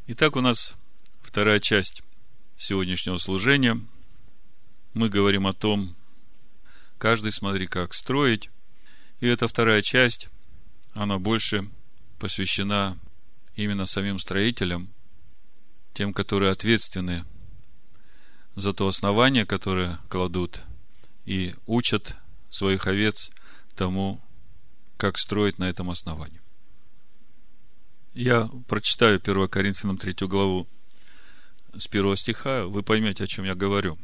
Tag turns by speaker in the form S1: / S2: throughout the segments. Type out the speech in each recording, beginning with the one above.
S1: Итак, у нас вторая часть сегодняшнего служения. Мы говорим о том, каждый смотри, как строить. И эта вторая часть, она больше посвящена именно самим строителям, тем, которые ответственны за то основание, которое кладут, и учат своих овец тому, как строить на этом основании. Я прочитаю 1 Коринфянам 3 главу с 1 стиха, вы поймете, о чем я говорю.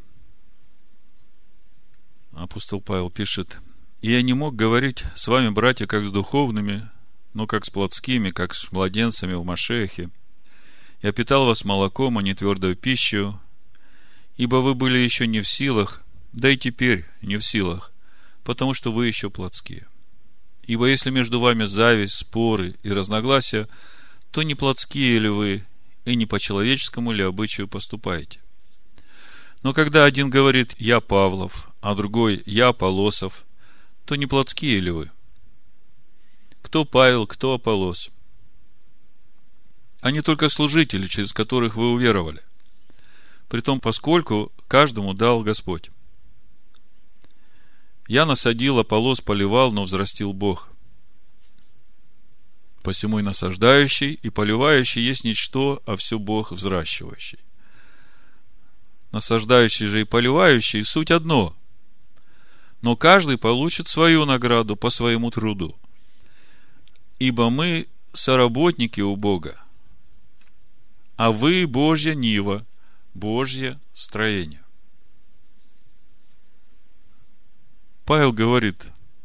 S1: Апостол Павел пишет: «И я не мог говорить с вами, братья, как с духовными, но как с плотскими, как с младенцами в Машиахе. Я питал вас молоком, а не твердою пищей, ибо вы были еще не в силах, да и теперь не в силах, потому что вы еще плотские. Ибо если между вами зависть, споры и разногласия, то не плотские ли вы, и не по человеческому ли обычаю поступаете? Но когда один говорит: я Павлов, а другой: я Аполлосов, то не плотские ли вы? Кто Павел, кто Аполлос? Они только служители, через которых вы уверовали, притом поскольку каждому дал Господь. Я насадил, Аполлос поливал, но взрастил Бог. Посему и насаждающий, и поливающий есть ничто, а все Бог взращивающий. Насаждающий же и поливающий суть одно, но каждый получит свою награду по своему труду. Ибо мы соработники у Бога, а вы Божья нива, Божье строение». Павел говорит,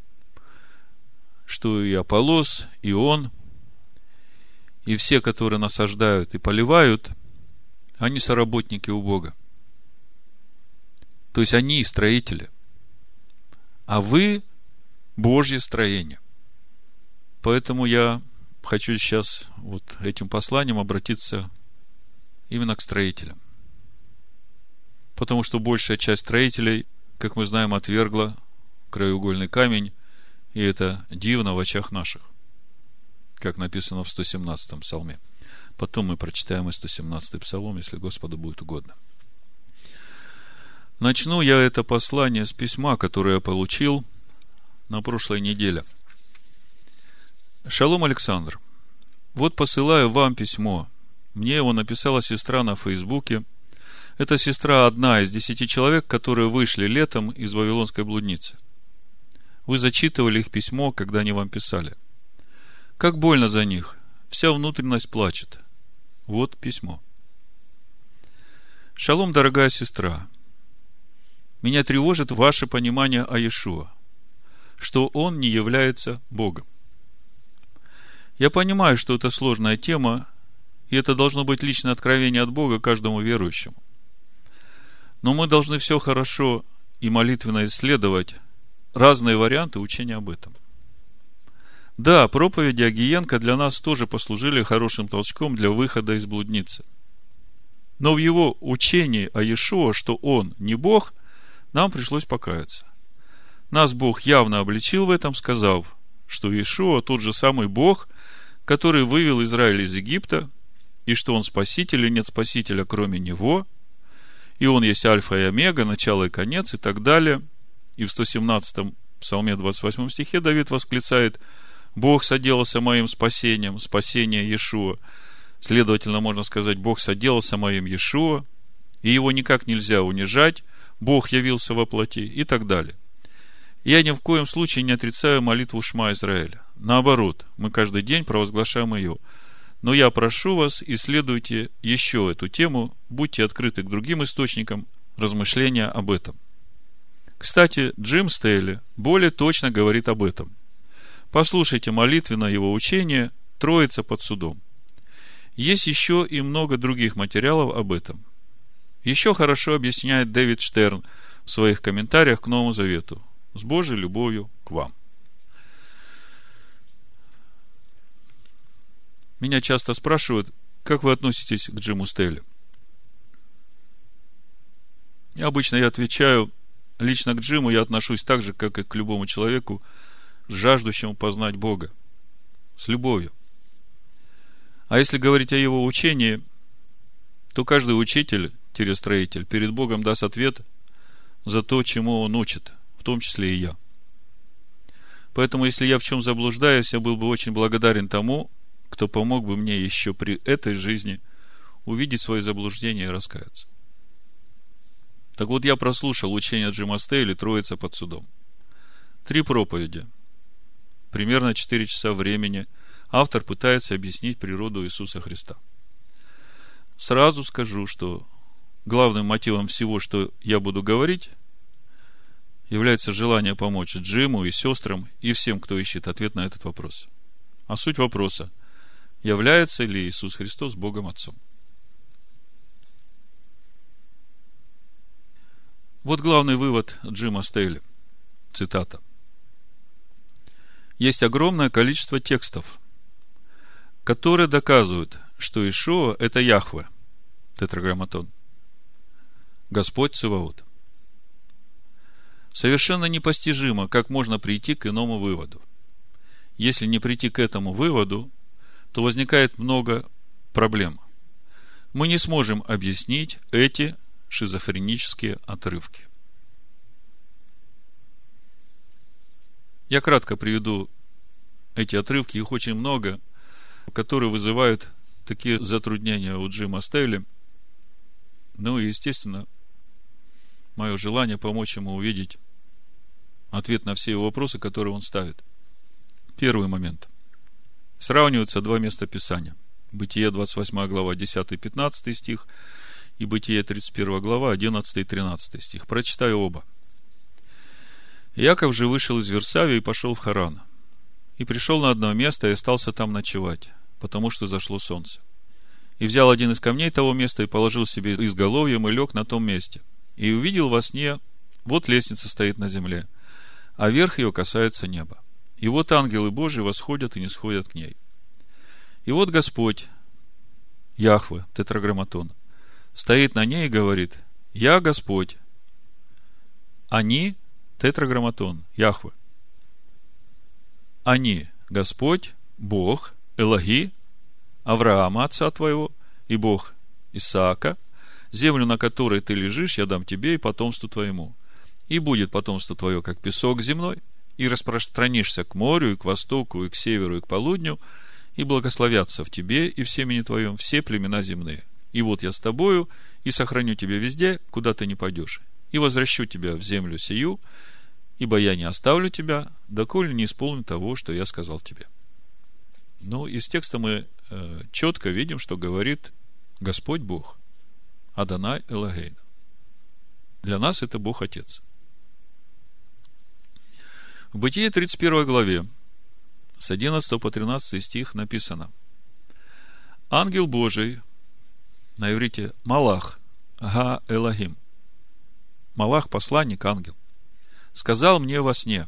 S1: что и Аполлос, и он, и все, которые насаждают и поливают, они соработники у Бога. То есть они строители, а вы Божье строение. Поэтому я хочу сейчас вот этим посланием обратиться именно к строителям. Потому что большая часть строителей, как мы знаем, отвергла краеугольный камень, и это дивно в очах наших, как написано в 117-м псалме. Потом мы прочитаем и 117-й псалом, если Господу будет угодно. Начну я это послание с письма, которое я получил на прошлой неделе. Шалом, Александр. Вот посылаю вам письмо. Мне его написала сестра на Фейсбуке. Эта сестра одна из 10 человек, которые вышли летом из Вавилонской блудницы. Вы зачитывали их письмо, когда они вам писали. Как больно за них. Вся внутренность плачет. Вот письмо. Шалом, дорогая сестра. Меня тревожит ваше понимание о Иешуа, что он не является Богом. Я понимаю, что это сложная тема, и это должно быть личное откровение от Бога каждому верующему. Но мы должны все хорошо и молитвенно исследовать разные варианты учения об этом. Да, проповеди Огиенко для нас тоже послужили хорошим толчком для выхода из блудницы. Но в его учении о Иешуа, что он не Бог, нам пришлось покаяться. Нас Бог явно обличил в этом, сказав, что Иешуа тот же самый Бог, который вывел Израиль из Египта, и что он спаситель, и нет спасителя кроме него, и он есть альфа и омега, начало и конец, и так далее. И в 117-м псалме 28 стихе Давид восклицает: Бог соделался моим спасением, спасение Иешуа. Следовательно, можно сказать, Бог соделался моим Иешуа, и его никак нельзя унижать, Бог явился во плоти, и так далее. Я ни в коем случае не отрицаю молитву Шма Израиля. Наоборот, мы каждый день провозглашаем ее. Но я прошу вас, исследуйте еще эту тему, будьте открыты к другим источникам размышления об этом. Кстати, Джим Стейли более точно говорит об этом. Послушайте молитвенно его учение «Троица под судом». Есть еще и много других материалов об этом. Еще хорошо объясняет Дэвид Штерн в своих комментариях к Новому Завету с Божьей любовью к вам. Меня часто спрашивают, как вы относитесь к Джиму Стейли. И обычно я отвечаю, лично к Джиму я отношусь так же, как и к любому человеку, жаждущему познать Бога, с любовью. А если говорить о его учении, то каждый учитель-строитель перед Богом даст ответ за то, чему он учит, в том числе и я. Поэтому, если я в чем заблуждаюсь, я был бы очень благодарен тому, кто помог бы мне еще при этой жизни увидеть свои заблуждения и раскаяться. Так вот, я прослушал учение Джима Стейли «Троица под судом». 3 проповеди, примерно 4 часа времени. Автор пытается объяснить природу Иисуса Христа. Сразу скажу, что главным мотивом всего, что я буду говорить, является желание помочь Джиму и сестрам и всем, кто ищет ответ на этот вопрос. А суть вопроса: является ли Иисус Христос Богом Отцом? Вот главный вывод Джима Стейли. Цитата. Есть огромное количество текстов, которые доказывают, что Иешуа – это Яхве, тетраграмматон, Господь Цеваот. Совершенно непостижимо, как можно прийти к иному выводу. Если не прийти к этому выводу, то возникает много проблем. Мы не сможем объяснить эти шизофренические отрывки. Я кратко приведу эти отрывки, их очень много, которые вызывают такие затруднения у Джима Стейли. Ну и, естественно, мое желание помочь ему увидеть ответ на все его вопросы, которые он ставит. Первый момент. Сравниваются 2 места Писания. Бытие 28 глава 10-15 стих и Бытие 31 глава 11-13 стих. Прочитаю оба. Иаков же вышел из Версавии и пошел в Харан. И пришел на одно место и остался там ночевать, потому что зашло солнце. И взял один из камней того места и положил себе изголовьем и лег на том месте. И увидел во сне, вот лестница стоит на земле, а верх ее касается неба. И вот ангелы Божии восходят и нисходят к ней. И вот Господь, Яхве, тетраграмматон, стоит на ней и говорит: Я Господь. Они, тетраграмматон, Яхве. Они, Господь, Бог, Элоги, Авраама, отца твоего, и Бог Исаака. Землю, на которой ты лежишь, я дам тебе и потомству твоему. И будет потомство твое, как песок земной, и распространишься к морю, и к востоку, и к северу, и к полудню, и благословятся в тебе и в семени твоем все племена земные. И вот я с тобою, и сохраню тебя везде, куда ты не пойдешь, и возвращу тебя в землю сию, ибо я не оставлю тебя, доколе не исполню того, что я сказал тебе. Ну, из текста мы четко видим, что говорит Господь Бог, Адонай Элогейна. Для нас это Бог Отец. В Бытие 31 главе с 11 по 13 стих написано: Ангел Божий, на иврите Малах, Га Элохим, Малах, посланник, ангел, сказал мне во сне: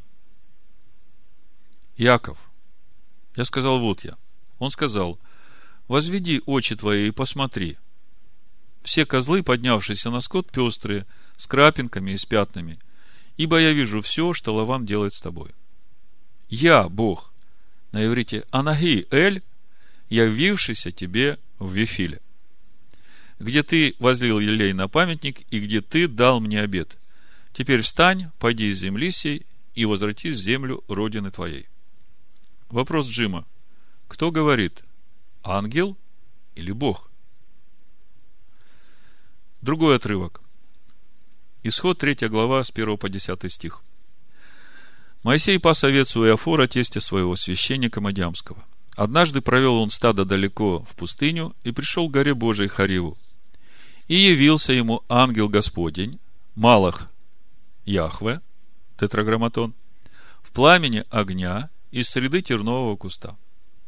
S1: Яков. Я сказал: вот я. Он сказал: возведи очи твои и посмотри. Все козлы, поднявшиеся на скот, пестрые, с крапинками и с пятнами, ибо я вижу все, что Лаван делает с тобой. Я, Бог, на иврите Анаги Эль, явившийся тебе в Вифиле, где ты возлил елей на памятник и где ты дал мне обет. Теперь встань, пойди из земли сей и возвратись в землю родины твоей. Вопрос Джима: кто говорит, ангел или Бог? Другой отрывок. Исход 3 глава с 1 по 10 стих. Моисей пас овец у Иофора, тестя своего, священника Мадиамского. Однажды провел он стадо далеко в пустыню и пришел к горе Божией Хариву. И явился ему ангел Господень, Малах Яхве, тетраграмматон, в пламени огня из среды тернового куста.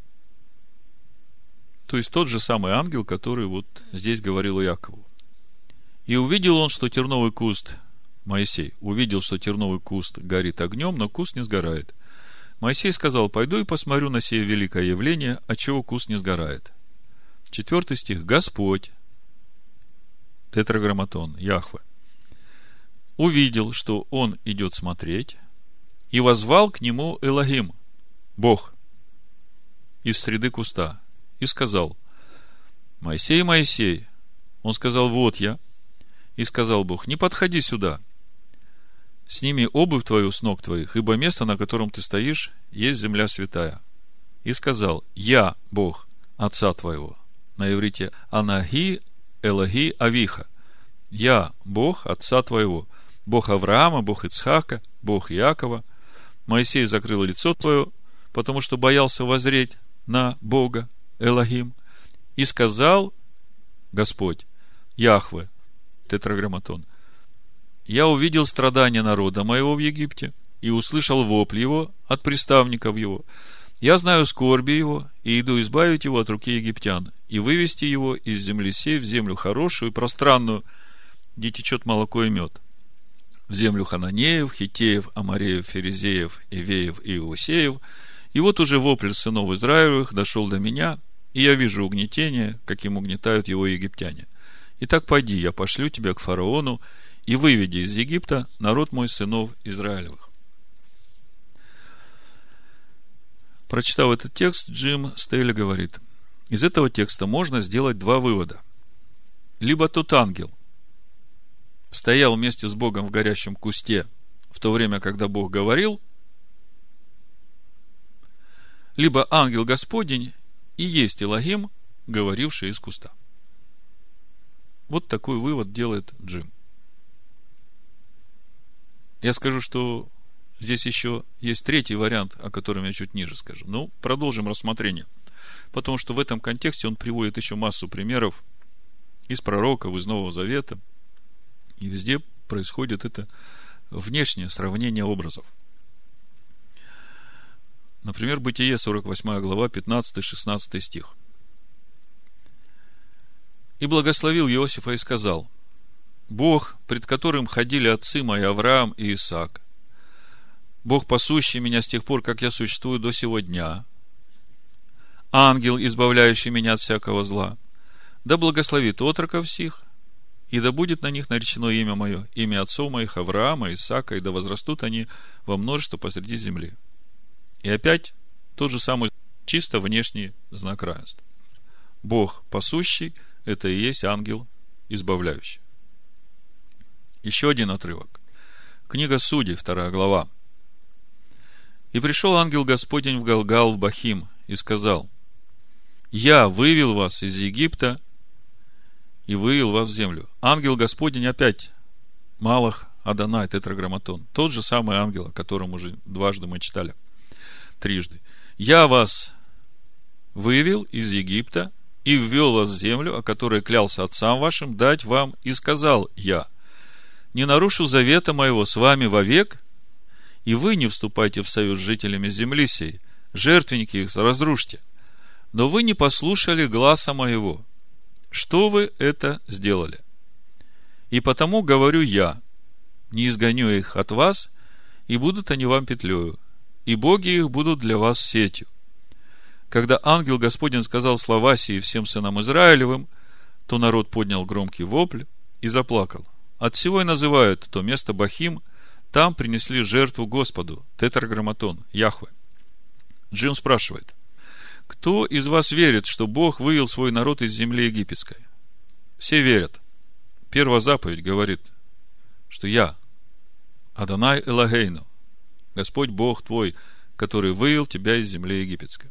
S1: То есть тот же самый ангел, который вот здесь говорил Иакову. И увидел он, что терновый куст, Моисей увидел, что терновый куст горит огнем, но куст не сгорает. Моисей сказал: пойду и посмотрю на сие великое явление, отчего куст не сгорает. 4 стих. Господь, тетраграмматон, Яхве, увидел, что он идет смотреть, и воззвал к нему Элогим, Бог, из среды куста, и сказал: Моисей, Моисей. Он сказал: вот я. И сказал Бог: не подходи сюда. Сними обувь твою с ног твоих, ибо место, на котором ты стоишь, есть земля святая. И сказал: я Бог отца твоего. На иврите: Анахи Элоги Авиха. Я Бог отца твоего. Бог Авраама, Бог Ицхака, Бог Иакова. Моисей закрыл лицо твое, потому что боялся воззреть на Бога Элохим. И сказал Господь, Яхве, тетраграмматон: я увидел страдания народа моего в Египте и услышал вопль его от приставников его. Я знаю скорби его и иду избавить его от руки египтян и вывести его из земли сей в землю хорошую и пространную, где течет молоко и мед, в землю хананеев, хиттеев, амореев, ферезеев, ивеев и иусеев. И вот уже вопль сынов Израилевых дошел до меня, и я вижу угнетение, каким угнетают его египтяне. Итак, пойди, я пошлю тебя к фараону, и выведи из Египта народ мой сынов Израилевых. Прочитав этот текст, Джим Стейли говорит: из этого текста можно сделать два вывода. Либо тот ангел стоял вместе с Богом в горящем кусте в то время, когда Бог говорил, либо ангел Господень и есть Элохим, говоривший из куста. Вот такой вывод делает Джим. Я скажу, что здесь еще есть третий вариант, о котором я чуть ниже скажу. Ну, продолжим рассмотрение. Потому что в этом контексте он приводит еще массу примеров из пророков, из Нового Завета. И везде происходит это внешнее сравнение образов. Например, Бытие, 48 глава, 15-16 стих. «И благословил Иосифа и сказал: Бог, пред которым ходили отцы мои Авраам и Исаак, Бог, пасущий меня с тех пор, как я существую до сего дня, ангел, избавляющий меня от всякого зла, да благословит отроков сих, и да будет на них наречено имя мое, имя отцов моих Авраама, Исаака, и да возрастут они во множество посреди земли». И опять тот же самый чисто внешний знак равенства. Бог пасущий – это и есть ангел избавляющий. Еще один отрывок. Книга Судей, 2 глава. «И пришел ангел Господень в Галгал в Бахим и сказал: я вывел вас из Египта и вывел вас в землю». Ангел Господень опять Малах Адонай, тетраграмматон. Тот же самый ангел, о котором уже дважды мы читали. Трижды. «Я вас вывел из Египта и ввел вас в землю, о которой клялся отцам вашим дать вам, и сказал я: не нарушу завета моего с вами вовек, и вы не вступайте в союз с жителями земли сей, жертвенники их разрушьте. Но вы не послушали гласа моего. Что вы это сделали? И потому говорю я: не изгоню их от вас, и будут они вам петлею, и боги их будут для вас сетью». Когда ангел Господень сказал слова сии всем сынам Израилевым, то народ поднял громкий вопль и заплакал. Отсего и называют то место Бахим, там принесли жертву Господу, тетраграмматон, Яхве. Джим спрашивает: кто из вас верит, что Бог вывел свой народ из земли египетской? Все верят. Первая заповедь говорит, что я, Адонай Элогейну, Господь Бог твой, который вывел тебя из земли египетской.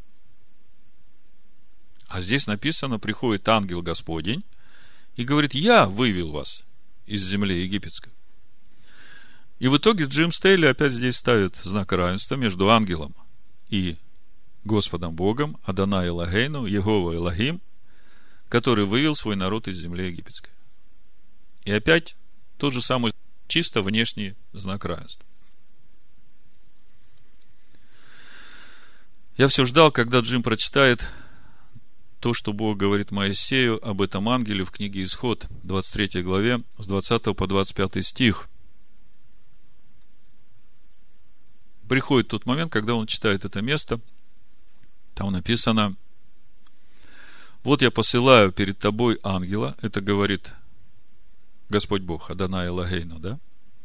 S1: А здесь написано: приходит ангел Господень и говорит: я вывел вас из земли египетской. И в итоге Джим Стейли опять здесь ставит знак равенства между ангелом и Господом Богом, Адонай Элогейну, Егова Элохим, который вывел свой народ из земли египетской. И опять тот же самый чисто внешний знак равенства. Я все ждал, когда Джим прочитает то, что Бог говорит Моисею об этом ангеле в книге Исход, 23 главе, с 20 по 25 стих. Приходит тот момент, когда он читает это место. Там написано: вот я посылаю перед тобой ангела. Это говорит Господь Бог, Адонай Элогейну, да?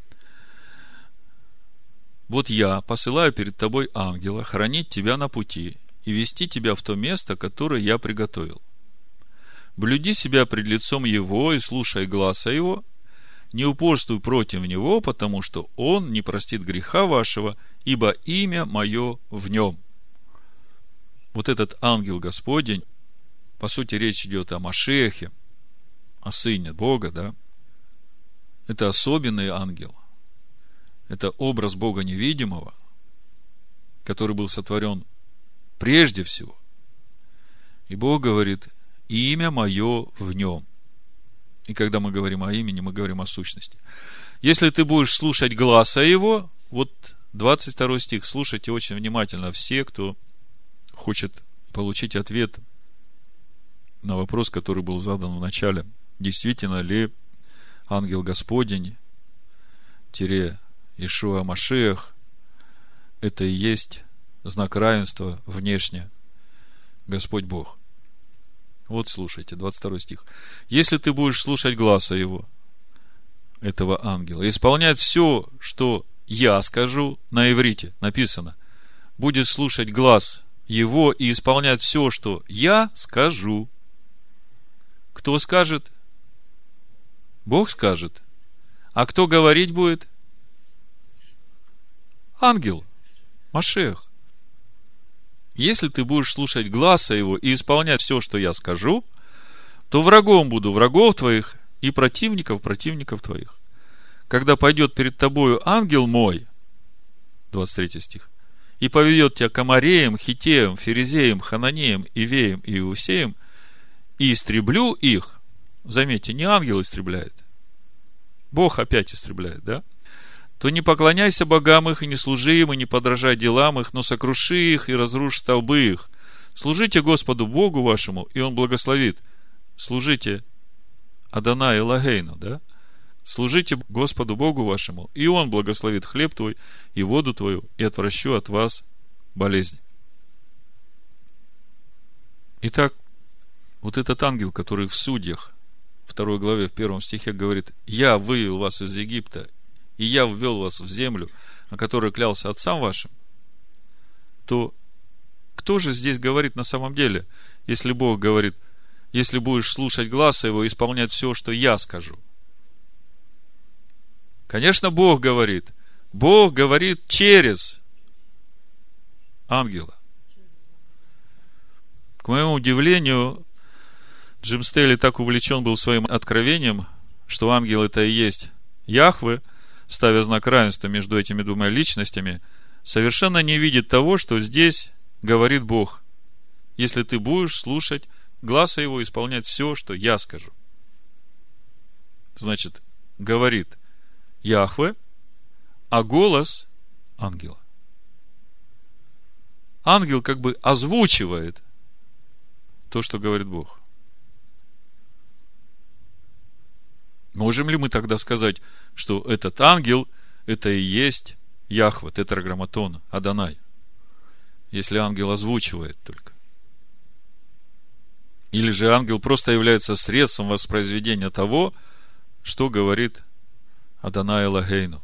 S1: Вот я посылаю перед тобой ангела хранить тебя на пути и вести тебя в то место, которое я приготовил. Блюди себя пред лицом Его и слушай гласа Его, не упорствуй против Него, потому что Он не простит греха вашего, ибо имя Мое в Нем. Вот этот ангел Господень, по сути, речь идет о Машиахе, о Сыне Бога, да? Это особенный ангел. Это образ Бога невидимого, который был сотворен прежде всего. И Бог говорит: имя Мое в Нем. И когда мы говорим о имени, мы говорим о сущности. Если ты будешь слушать гласа Его, вот 22 стих, слушайте очень внимательно все, кто хочет получить ответ на вопрос, который был задан в начале. Действительно ли ангел Господень, Иешуа Машиах, это и есть знак равенства внешне Господь Бог? Вот слушайте, 22 стих. Если ты будешь слушать гласа Его, этого ангела, исполнять все, что я скажу, на иврите написано, будешь слушать глас Его и исполнять все, что я скажу. Кто скажет? Бог скажет. А кто говорить будет? Ангел, Машиах. Если ты будешь слушать гласа Его и исполнять все, что я скажу, то врагом буду врагов твоих и противников твоих. Когда пойдет перед тобою ангел мой, 23 стих, и поведет тебя к Амореям, Хиттеям, Ферезеям, Хананеям, Ивеям и Иусеям, и истреблю их. Заметьте, не ангел истребляет, Бог опять истребляет, да? То не поклоняйся богам их, и не служи им, и не подражай делам их, но сокруши их и разрушь столбы их. Служите Господу Богу вашему, и Он благословит. Служите Адонай Элогейну, да? Служите Господу Богу вашему, и Он благословит хлеб твой и воду твою, и отвращу от вас болезни. Итак, вот этот ангел, который в Судьях, 2 главе, в 1 стихе говорит: «Я вывел вас из Египта, и я ввел вас в землю, о которой клялся отцам вашим», то кто же здесь говорит на самом деле, если Бог говорит: если будешь слушать гласа Его и исполнять все, что я скажу? Конечно, Бог говорит. Бог говорит через ангела. К моему удивлению, Джим Стейли так увлечен был своим откровением, что ангел это и есть Яхве, ставя знак равенства между этими двумя личностями, совершенно не видит того, что здесь говорит Бог: если ты будешь слушать гласа Его, исполнять все, что я скажу. Значит, говорит Яхве, а голос ангела. Ангел как бы озвучивает то, что говорит Бог. Можем ли мы тогда сказать, что этот ангел это и есть Яхве, тетраграмматон, Адонай, если ангел озвучивает только? Или же ангел просто является средством воспроизведения того, что говорит Адонай Элогейну?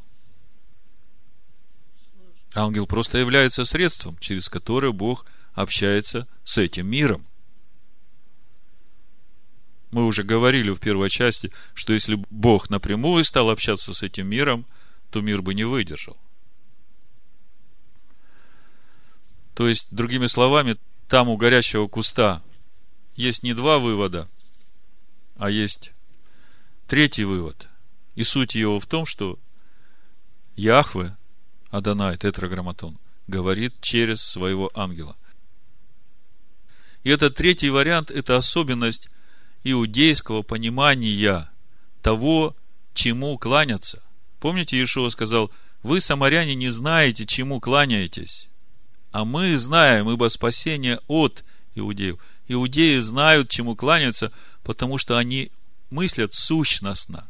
S1: Ангел просто является средством, через которое Бог общается с этим миром. Мы уже говорили в первой части, что если Бог напрямую стал общаться с этим миром, то мир бы не выдержал. То есть, другими словами, там у горящего куста есть не два вывода, а есть третий вывод. И суть его в том, что Яхве, Адонай, тетраграмматон, говорит через своего ангела. И этот третий вариант – это особенность иудейского понимания того, чему кланяться. Помните, Иешуа сказал: вы, самаряне, не знаете, чему кланяетесь, а мы знаем, ибо спасение от иудеев. Иудеи знают, чему кланяются, потому что они мыслят сущностно.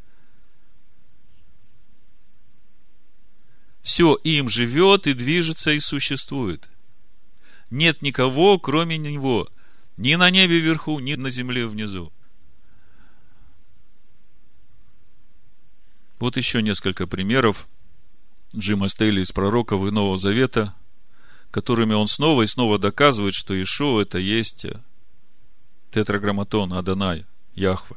S1: Все им живет и движется и существует. Нет никого, кроме Него, ни на небе вверху, ни на земле внизу. Вот еще несколько примеров Джима Стейли из пророков Нового Завета, которыми он снова и снова доказывает, что Иешуа это есть тетраграмматон, Адонай, Яхве,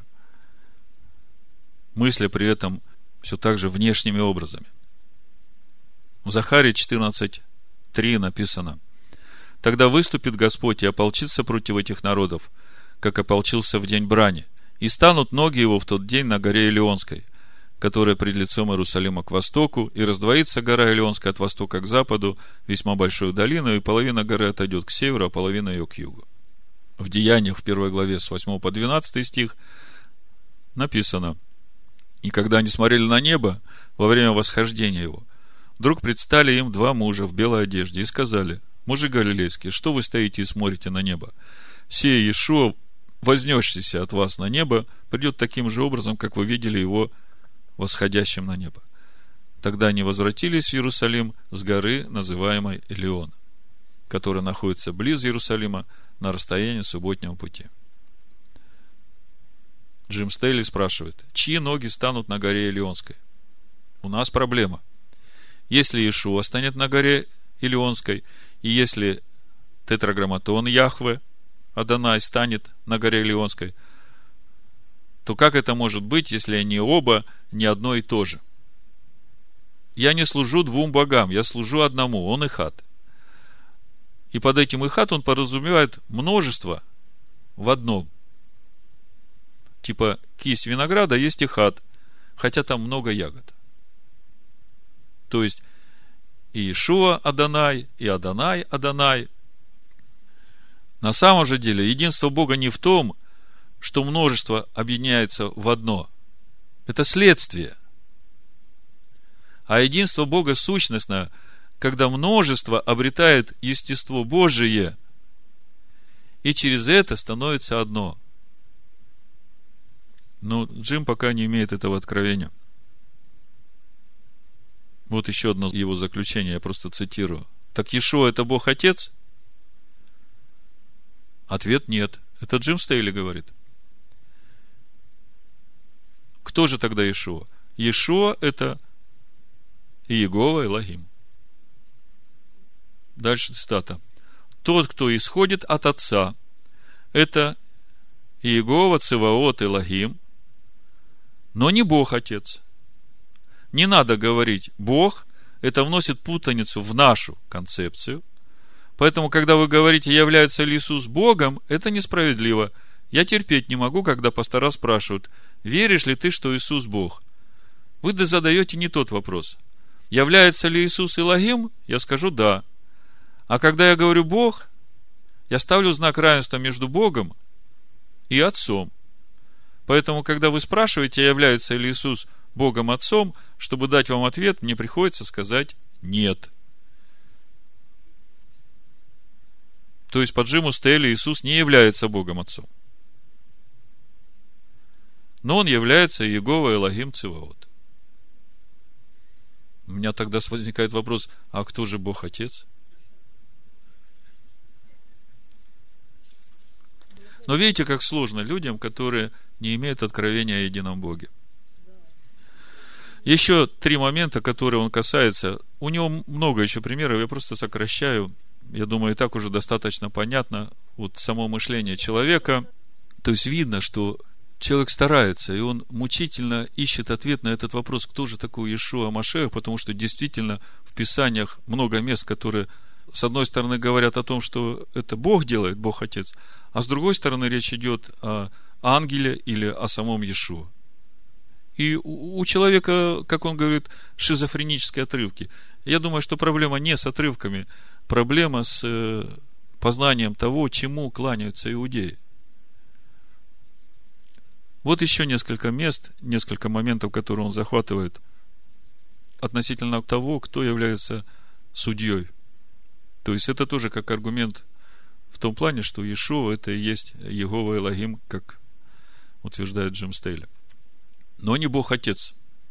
S1: мысля при этом все так же внешними образами. В Захарии 14:3 написано: «Тогда выступит Господь и ополчится против этих народов, как ополчился в день брани, и станут ноги его в тот день на горе Илионской, которая пред лицом Иерусалима к востоку, и раздвоится гора Илионская от востока к западу, весьма большую долину, и половина горы отойдет к северу, а половина ее к югу». В Деяниях, в 1 главе, с 8 по 12 стих написано: «И когда они смотрели на небо во время восхождения его, вдруг предстали им два мужа в белой одежде и сказали: мужи галилейские, что вы стоите и смотрите на небо? Сей Иешуа, вознесшийся от вас на небо, придет таким же образом, как вы видели его восходящим на небо». Тогда они возвратились в Иерусалим с горы, называемой Илион, которая находится близ Иерусалима, на расстоянии субботнего пути. Джим Стейли спрашивает: чьи ноги станут на горе Илионской? У нас проблема. Если Иешуа станет на горе Илионской, и если тетраграмматон Яхве, Адонай, станет на горе Илионской, то как это может быть, если они оба не одно и то же? Я не служу двум богам, я служу одному, он Эхад. И под этим Эхад он подразумевает множество в одном. Типа кисть винограда есть Эхад, хотя там много ягод. То есть и Иешуа Адонай, и Адонай Адонай. На самом же деле единство Бога не в том, что множество объединяется в одно. Это следствие. А единство Бога сущностное, когда множество обретает естество Божие, и через это становится одно. Но Джим пока не имеет этого откровения. Вот еще одно его заключение, я просто цитирую. Так Иешуа это Бог Отец? Ответ нет. Это Джим Стейли говорит. Кто же тогда Иешуа? Иешуа это Иегова Элохим. Дальше цитата. Тот, кто исходит от Отца, это Иегова Цеваот Элохим, но не Бог Отец. Не надо говорить Бог, это вносит путаницу в нашу концепцию. Поэтому, когда вы говорите, является ли Иисус Богом, это несправедливо. Я терпеть не могу, когда пастора спрашивают: веришь ли ты, что Иисус Бог? Вы задаете не тот вопрос. Является ли Иисус Элохим? Я скажу да. А когда я говорю Бог, я ставлю знак равенства между Богом и Отцом. Поэтому, когда вы спрашиваете, является ли Иисус Богом Отцом, чтобы дать вам ответ, мне приходится сказать нет. То есть, по Джиму Стейли Иисус не является Богом Отцом. Но Он является Иегова Элохим Цеваот. У меня тогда возникает вопрос: а кто же Бог Отец? Но видите, как сложно людям, которые не имеют откровения о едином Боге. Еще 3 момента, которые он касается. У него много еще примеров, я просто сокращаю. Я думаю, и так уже достаточно понятно. Вот само мышление человека. То есть видно, что человек старается, и он мучительно ищет ответ на этот вопрос, кто же такой Иешуа Машиах, потому что действительно в Писаниях много мест, которые с одной стороны говорят о том, что это Бог делает, Бог Отец, а с другой стороны речь идет о ангеле или о самом Иешуа. И у человека, как он говорит, шизофренические отрывки. Я думаю, что проблема не с отрывками, проблема с познанием того, чему кланяются иудеи. Вот еще несколько мест, несколько моментов, которые он захватывает относительно того, кто является судьей. То есть это тоже как аргумент в том плане, что Иешуа это и есть Иегова Элохим, как утверждает Джим Стейли. Но не Бог Отец.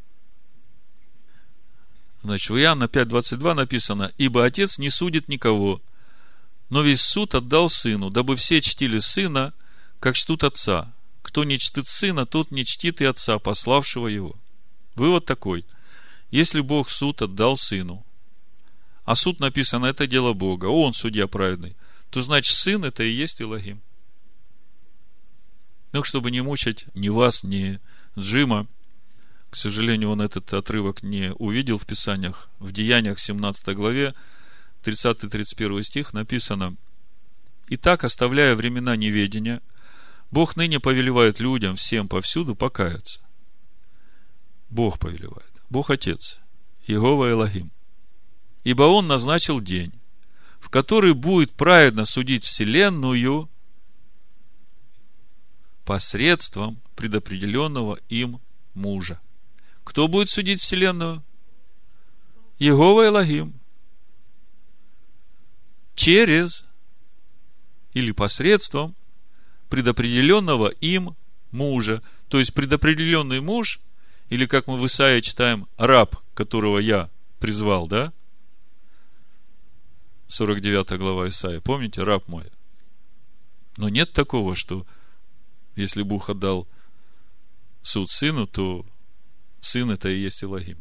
S1: Значит, в Иоанна 5:22 написано: ибо Отец не судит никого, но весь суд отдал Сыну, дабы все чтили Сына, как чтут Отца. Кто не чтит Сына, тот не чтит и Отца, пославшего Его. Вывод такой: если Бог суд отдал Сыну, а суд написано, это дело Бога, Он судья праведный, то значит Сын это и есть Элохим. Ну, чтобы не мучить ни вас, ни Джима, к сожалению, он этот отрывок не увидел в Писаниях. В Деяниях 17 главе 30-31 стих написано: «Итак, оставляя времена неведения, Бог ныне повелевает людям всем повсюду покаяться». Бог повелевает. Бог Отец. Иегова Элохим. «Ибо Он назначил день, в который будет праведно судить вселенную посредством предопределенного им мужа». Кто будет судить вселенную? Иегова Элохим. Через или посредством предопределенного им мужа. То есть предопределенный муж, или как мы в Исаии читаем, раб, которого я призвал, да? 49 глава Исаии. Помните, раб мой? Но нет такого, что если Бог отдал суд сыну, то сын это и есть Элохим.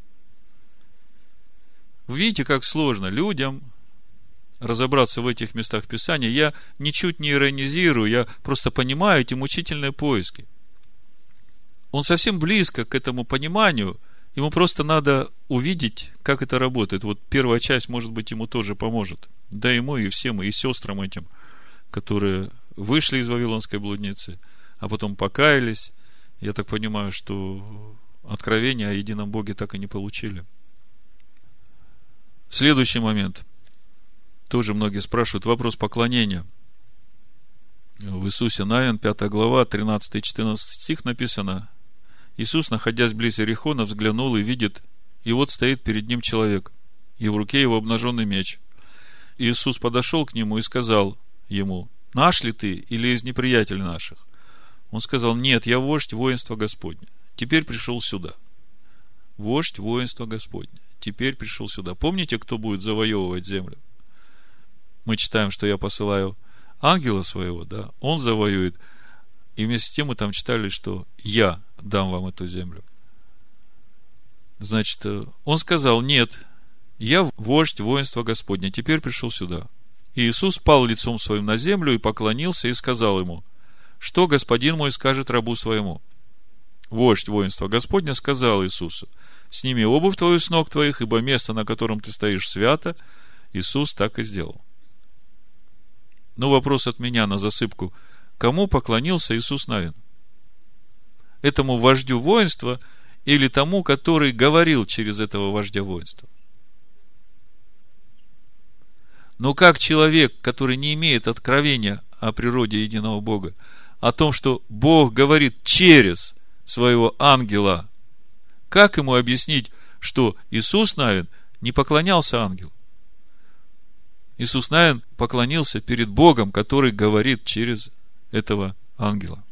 S1: Вы видите, как сложно людям разобраться в этих местах Писания. Я ничуть не иронизирую, я просто понимаю эти мучительные поиски. Он совсем близко к этому пониманию, ему просто надо увидеть, как это работает. Вот первая часть, может быть, ему тоже поможет. Да ему и всем, и сестрам этим, которые вышли из Вавилонской блудницы, а потом покаялись. Я так понимаю, что откровения о едином Боге так и не получили. Следующий момент. Тоже многие спрашивают. Вопрос поклонения. В Иисусе Навин, 5 глава, 13-14 стих написано: Иисус, находясь близ Иерихона, взглянул и видит, и вот стоит перед ним человек, и в руке его обнаженный меч. Иисус подошел к нему и сказал ему: наш ли ты или из неприятелей наших? Он сказал: нет, я вождь воинства Господня. Теперь пришел сюда. Вождь воинства Господня. Теперь пришел сюда. Помните, кто будет завоевывать землю? Мы читаем, что я посылаю ангела своего, да? Он завоюет. И вместе с тем мы там читали, что я дам вам эту землю. Значит, он сказал: нет, я вождь воинства Господня. Теперь пришел сюда. И Иисус пал лицом своим на землю и поклонился и сказал ему: что господин мой скажет рабу своему? Вождь воинства Господня сказал Иисусу: сними обувь твою с ног твоих, ибо место, на котором ты стоишь, свято. Иисус так и сделал. Но вопрос от меня на засыпку: кому поклонился Иисус Навин? Этому вождю воинства или тому, который говорил через этого вождя воинства? Но как человек, который не имеет откровения о природе единого Бога, о том, что Бог говорит через своего ангела, как ему объяснить, что Иисус Навин не поклонялся ангелу? Иисус Навин поклонился перед Богом, который говорит через этого ангела.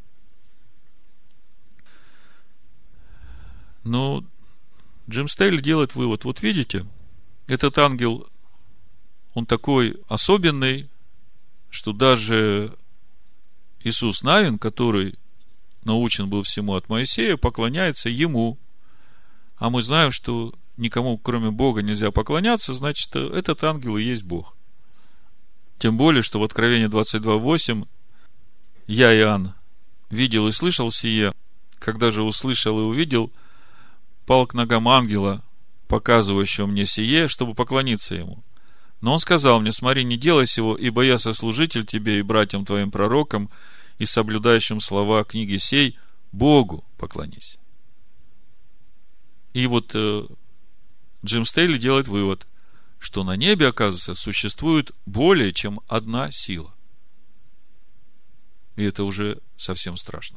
S1: Но Джим Стейли делает вывод. Вот видите, этот ангел, он такой особенный, что даже Иисус Навин, который научен был всему от Моисея, поклоняется ему. А мы знаем, что никому, кроме Бога, нельзя поклоняться, значит, этот ангел и есть Бог. Тем более, что в Откровении 22:8 я, Иоанн, видел и слышал сие, когда же услышал и увидел, пал к ногам ангела, показывающего мне сие, чтобы поклониться ему. Но он сказал мне: смотри, не делай сего, ибо я сослужитель тебе и братьям твоим пророкам, и соблюдающим слова книги сей, Богу поклонись. И вот Джим Стейли делает вывод, что на небе, оказывается, существует более чем одна сила. И это уже совсем страшно.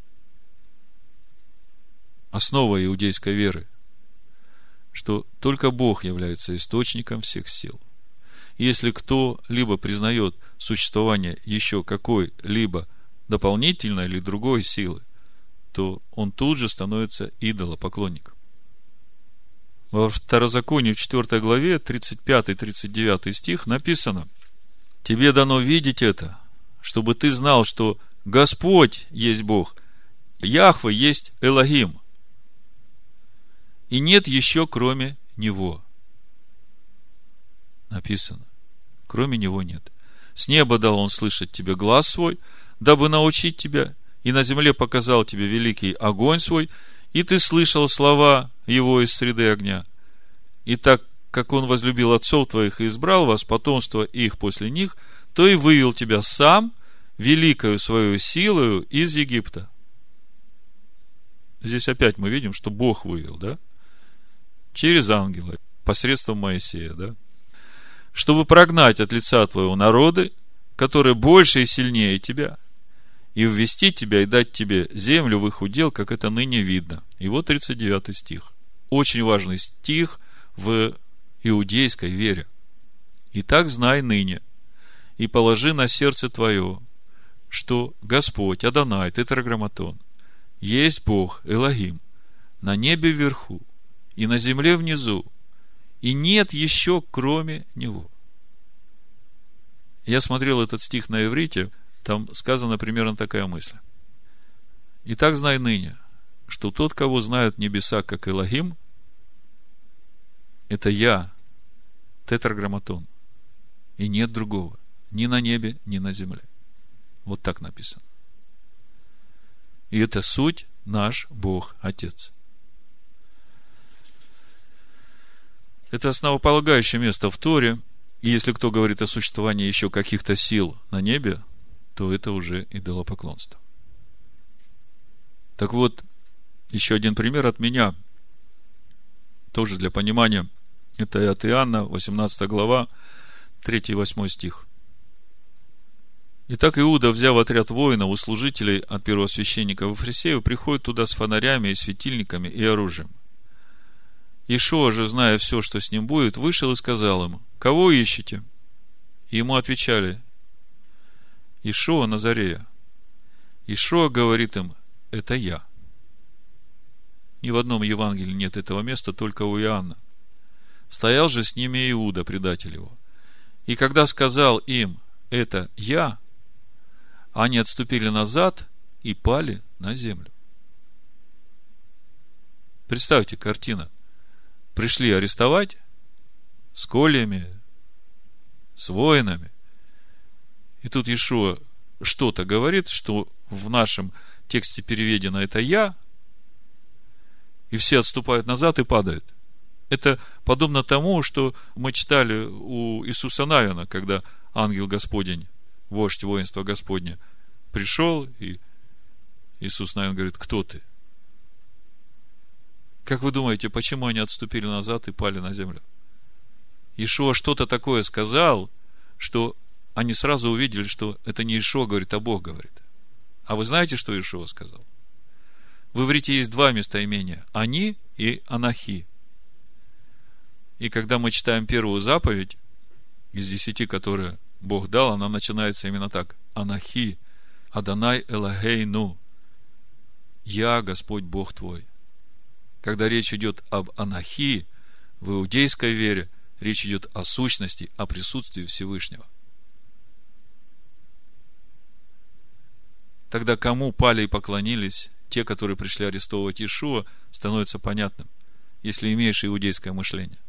S1: Основа иудейской веры, что только Бог является источником всех сил. И если кто-либо признает существование еще какой-либо дополнительной или другой силы, то он тут же становится идолопоклонником. Во Второзаконии в 4 главе 35-39 стих написано: тебе дано видеть это, чтобы ты знал, что Господь есть Бог, Яхве есть Элохим, и нет еще кроме Него. Написано: кроме Него нет. С неба дал Он слышать тебе глас свой, дабы научить тебя, и на земле показал тебе великий огонь свой, и ты слышал слова его из среды огня. И так, как он возлюбил отцов твоих и избрал вас, потомство их после них, то и вывел тебя сам великою свою силою из Египта. Здесь опять мы видим, что Бог вывел, да? Через ангела, посредством Моисея, да? Чтобы прогнать от лица твоего народы, которые больше и сильнее тебя, и ввести тебя и дать тебе землю в их удел, как это ныне видно. И вот 39 стих. Очень важный стих в иудейской вере. Итак, знай ныне, и положи на сердце твое, что Господь, Адонай, Тетраграмматон, есть Бог, Элохим, на небе вверху и на земле внизу, и нет еще кроме Него. Я смотрел этот стих на иврите, там сказана примерно такая мысль. Итак, знай ныне, что тот, кого знают небеса как Элохим, это я, Тетраграмматон, и нет другого, ни на небе, ни на земле. Вот так написано. И это суть наш Бог Отец. Это основополагающее место в Торе. И если кто говорит о существовании еще каких-то сил на небе, то это уже идолопоклонство. Так вот, еще один пример от меня, тоже для понимания. Это от Иоанна, 18 глава, 3 и 8 стих. Итак, Иуда, взяв отряд воинов у служителей от первосвященника Вафрисеев, приходит туда с фонарями и светильниками и оружием. Иешуа же, зная все, что с ним будет, вышел и сказал им: кого ищете? И ему отвечали: Иешуа Назарея. Иешуа говорит им: это я. Ни в одном Евангелии нет этого места, только у Иоанна. Стоял же с ними Иуда, предатель его. И когда сказал им: это я, они отступили назад и пали на землю. Представьте, картина. Пришли арестовать с кольями, с воинами. И тут Иешуа что-то говорит, что в нашем тексте переведено это я, и все отступают назад и падают. Это подобно тому, что мы читали у Иисуса Навина, когда ангел Господень, вождь воинства Господня, пришел, и Иисус Навин говорит: кто ты? Как вы думаете, почему они отступили назад и пали на землю? Иешуа что-то такое сказал, что они сразу увидели, что это не Иешуа говорит, а Бог говорит. А вы знаете, что Иешуа сказал? В иврите есть два местоимения: они и анахи. И когда мы читаем первую заповедь из 10, которые Бог дал, она начинается именно так: анахи, Адонай Элохейну, я Господь Бог твой. Когда речь идет об анахи, в иудейской вере речь идет о сущности, о присутствии Всевышнего. Тогда кому пали и поклонились те, которые пришли арестовывать Иешуа, становится понятным, если имеешь иудейское мышление.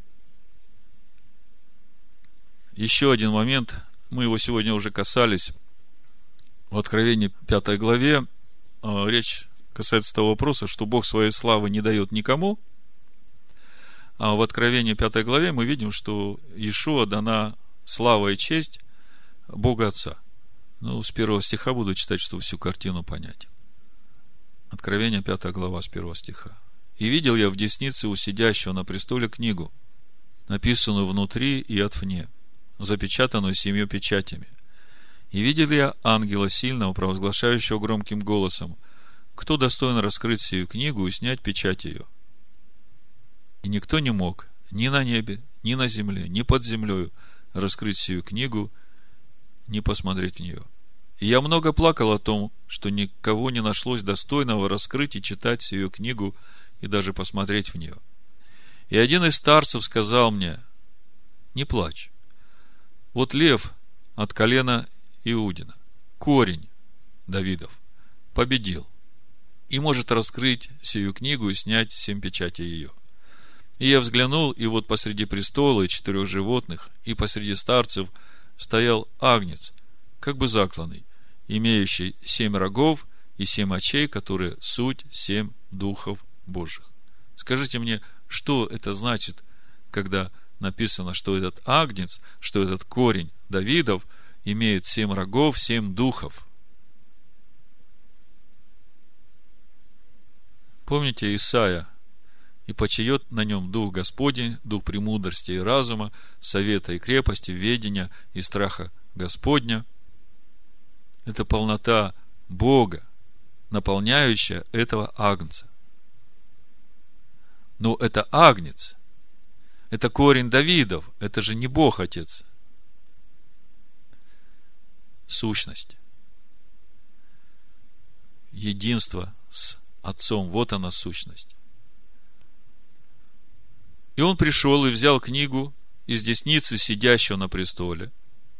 S1: Еще один момент, мы его сегодня уже касались. В Откровении 5 главе речь касается того вопроса, что Бог своей славы не дает никому. А в Откровении 5 главе мы видим, что Иешуа дана слава и честь Бога Отца. С 1 стиха буду читать, чтобы всю картину понять. Откровение 5 глава с 1 стиха. «И видел я в деснице у сидящего на престоле книгу, написанную внутри и отвне, запечатанную 7 печатями. И видел я ангела сильного, провозглашающего громким голосом: кто достоин раскрыть сию книгу и снять печать ее? И никто не мог ни на небе, ни на земле, ни под землею раскрыть сию книгу, ни посмотреть в нее. И я много плакал о том, что никого не нашлось достойного раскрыть и читать сию книгу и даже посмотреть в нее. И один из старцев сказал мне: не плачь. Вот лев от колена Иудина, корень Давидов, победил и может раскрыть сию книгу и снять 7 печатей ее. И я взглянул, и вот посреди престола и 4 животных, и посреди старцев стоял агнец, как бы закланный, имеющий 7 рогов и 7 очей, которые суть 7 духов Божьих. Скажите мне, что это значит, когда написано, что этот агнец, что этот корень Давидов имеет 7 рогов, 7 духов? Помните Исаия? И почиет на нем дух Господень, дух премудрости и разума, совета и крепости, ведения и страха Господня. Это полнота Бога, наполняющая этого агнца. Но это агнец, это корень Давидов, это же не Бог Отец. Сущность, единство с Отцом, вот она сущность. И он пришел и взял книгу из десницы сидящего на престоле.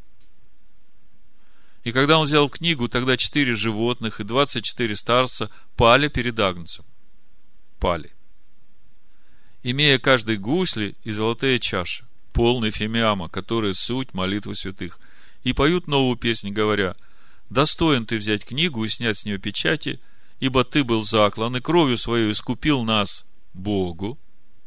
S1: И когда он взял книгу, тогда 4 животных и 24 старца пали перед агнцем. Пали. Имея каждый гусли и золотые чаши, полные фимиама, которые суть молитвы святых, и поют новую песнь, говоря: достоин ты взять книгу и снять с нее печати, ибо ты был заклан, и кровью своей искупил нас Богу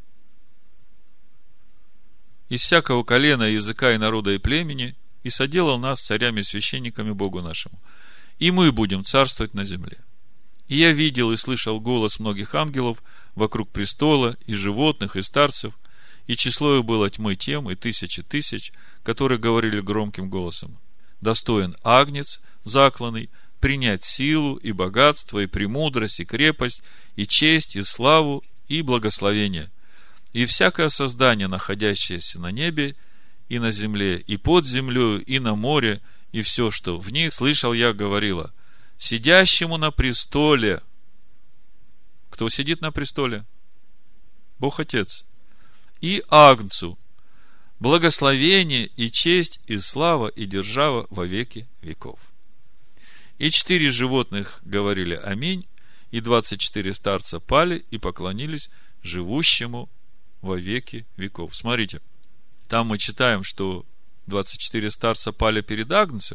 S1: из всякого колена, языка и народа и племени, и соделал нас царями и священниками Богу нашему. И мы будем царствовать на земле. И я видел и слышал голос многих ангелов вокруг престола, и животных, и старцев, и число их было тьмы тем, и тысячи тысяч, которые говорили громким голосом: достоин агнец закланный принять силу, и богатство, и премудрость, и крепость, и честь, и славу, и благословение. И всякое создание, находящееся на небе, и на земле, и под землею, и на море, и все, что в них, слышал я, говорило: сидящему на престоле. Кто сидит на престоле? Бог Отец. И агнцу благословение, и честь, и слава, и держава во веки веков. И 4 животных говорили аминь, и 24 старца пали и поклонились живущему во веки веков. Смотрите, там мы читаем, что 24 старца пали перед агнцем,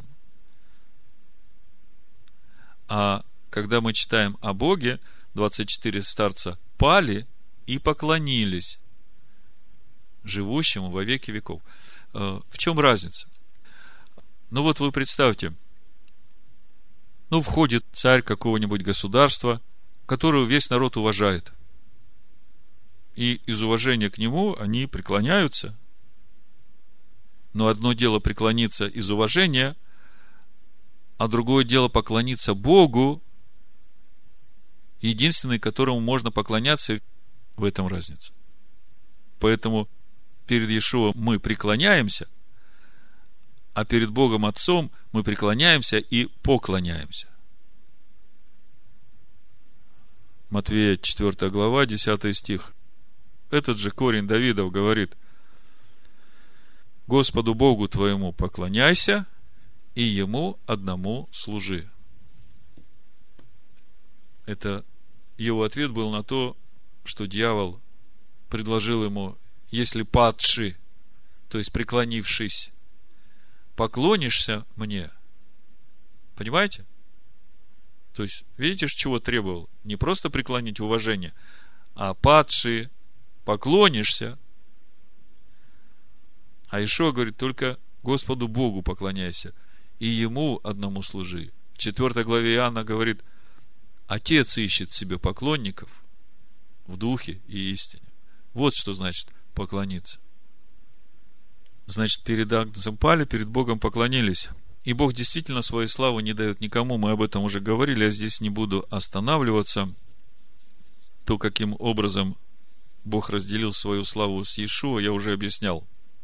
S1: а когда мы читаем о Боге, 24 старца пали и поклонились живущему во веки веков. В чем разница? Ну вот вы представьте, входит царь какого-нибудь государства, которого весь народ уважает. И из уважения к нему они преклоняются. Но одно дело преклониться из уважения, а другое дело поклониться Богу, единственный, которому можно поклоняться. В этом разница. Поэтому перед Иешуа мы преклоняемся, а перед Богом Отцом мы преклоняемся и поклоняемся. Матвея 4 глава, 10 стих. Этот же корень Давидов говорит: Господу Богу твоему поклоняйся, и Ему одному служи. Это его ответ был на то, что дьявол предложил ему: если падши, то есть преклонившись, поклонишься мне. Понимаете? То есть, видите, чего требовал? Не просто преклонить уважение, а падши, поклонишься. А Иешуа говорит: только Господу Богу поклоняйся, и Ему одному служи. В 4 главе Иоанна говорит: Отец ищет себе поклонников в духе и истине. Вот что значит поклониться. Значит, перед агнцем пали, перед Богом поклонились. И Бог действительно свою славу не дает никому. Мы об этом уже говорили, я здесь не буду останавливаться. То, каким образом Бог разделил свою славу с Иешуа, я уже объяснял.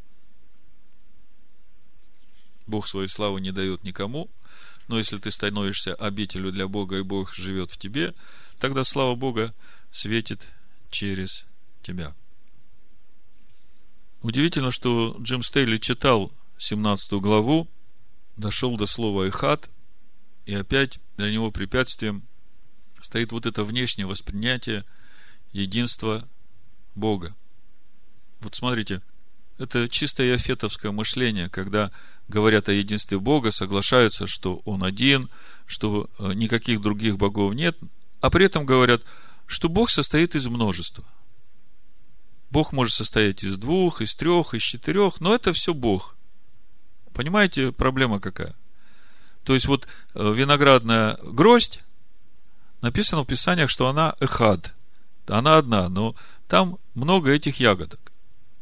S1: Бог свою славу не дает никому, но если ты становишься обителью для Бога, и Бог живет в тебе, тогда слава Бога светит через тебя. Удивительно, что Джим Стейли читал 17 главу, дошел до слова «эхад», и опять для него препятствием стоит вот это внешнее воспринятие единства Бога. Вот смотрите, это чисто иофетовское мышление, когда говорят о единстве Бога, соглашаются, что Он один, что никаких других богов нет, а при этом говорят, что Бог состоит из множества. Бог может состоять из 2, из 3, из 4, но это все Бог. Понимаете, проблема какая? То есть, вот виноградная гроздь, написано в Писаниях, что она эхад, она одна, но там много этих ягодок.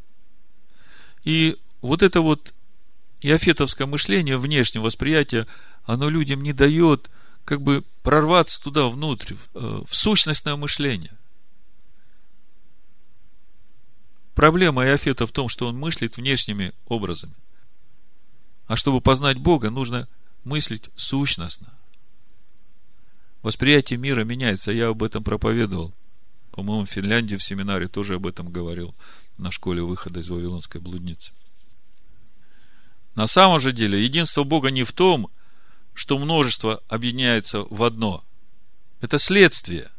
S1: И вот это вот иофетовское мышление, внешнее восприятие, оно людям не дает как бы прорваться туда внутрь, в сущностное мышление. Проблема Иофета в том, что он мыслит внешними образами. А чтобы познать Бога, нужно мыслить сущностно. Восприятие мира меняется. Я об этом проповедовал. По-моему, в Финляндии в семинаре тоже об этом говорил на школе выхода из Вавилонской блудницы. На самом же деле, единство Бога не в том, что множество объединяется в одно. Это следствие.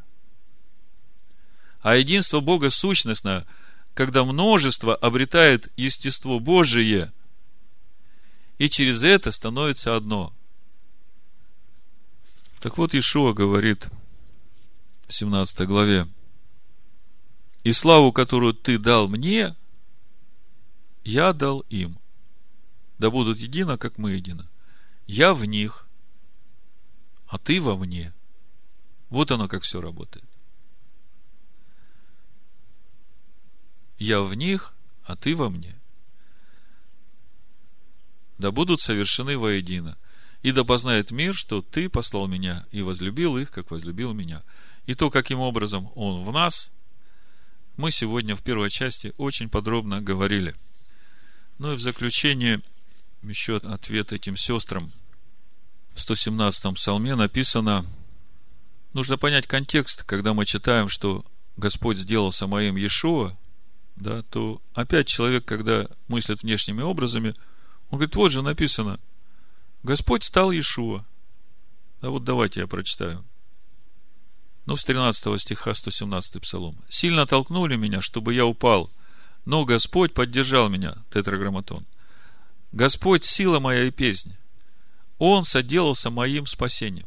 S1: А единство Бога сущностное, когда множество обретает естество Божие, и через это становится одно. Так вот, Иешуа говорит в 17 главе: «И славу, которую ты дал мне, я дал им. Да будут едино, как мы едино. Я в них, а ты во мне». Вот оно, как все работает. Я в них, а ты во мне. Да будут совершены воедино. И да познает мир, что ты послал меня и возлюбил их, как возлюбил меня. И то, каким образом он в нас, мы сегодня в первой части очень подробно говорили. Ну и в заключение еще ответ этим сестрам. В 117-м псалме написано, нужно понять контекст, когда мы читаем, что Господь сделался моим Иешуа, да, то опять человек, когда мыслит внешними образами, он говорит, вот же написано, Господь стал Иешуа. А вот давайте я прочитаю. Ну, с 13 стиха 117 псалом. «Сильно толкнули меня, чтобы я упал, но Господь поддержал меня». Тетраграмматон. «Господь, сила моя и песнь. Он соделался моим спасением».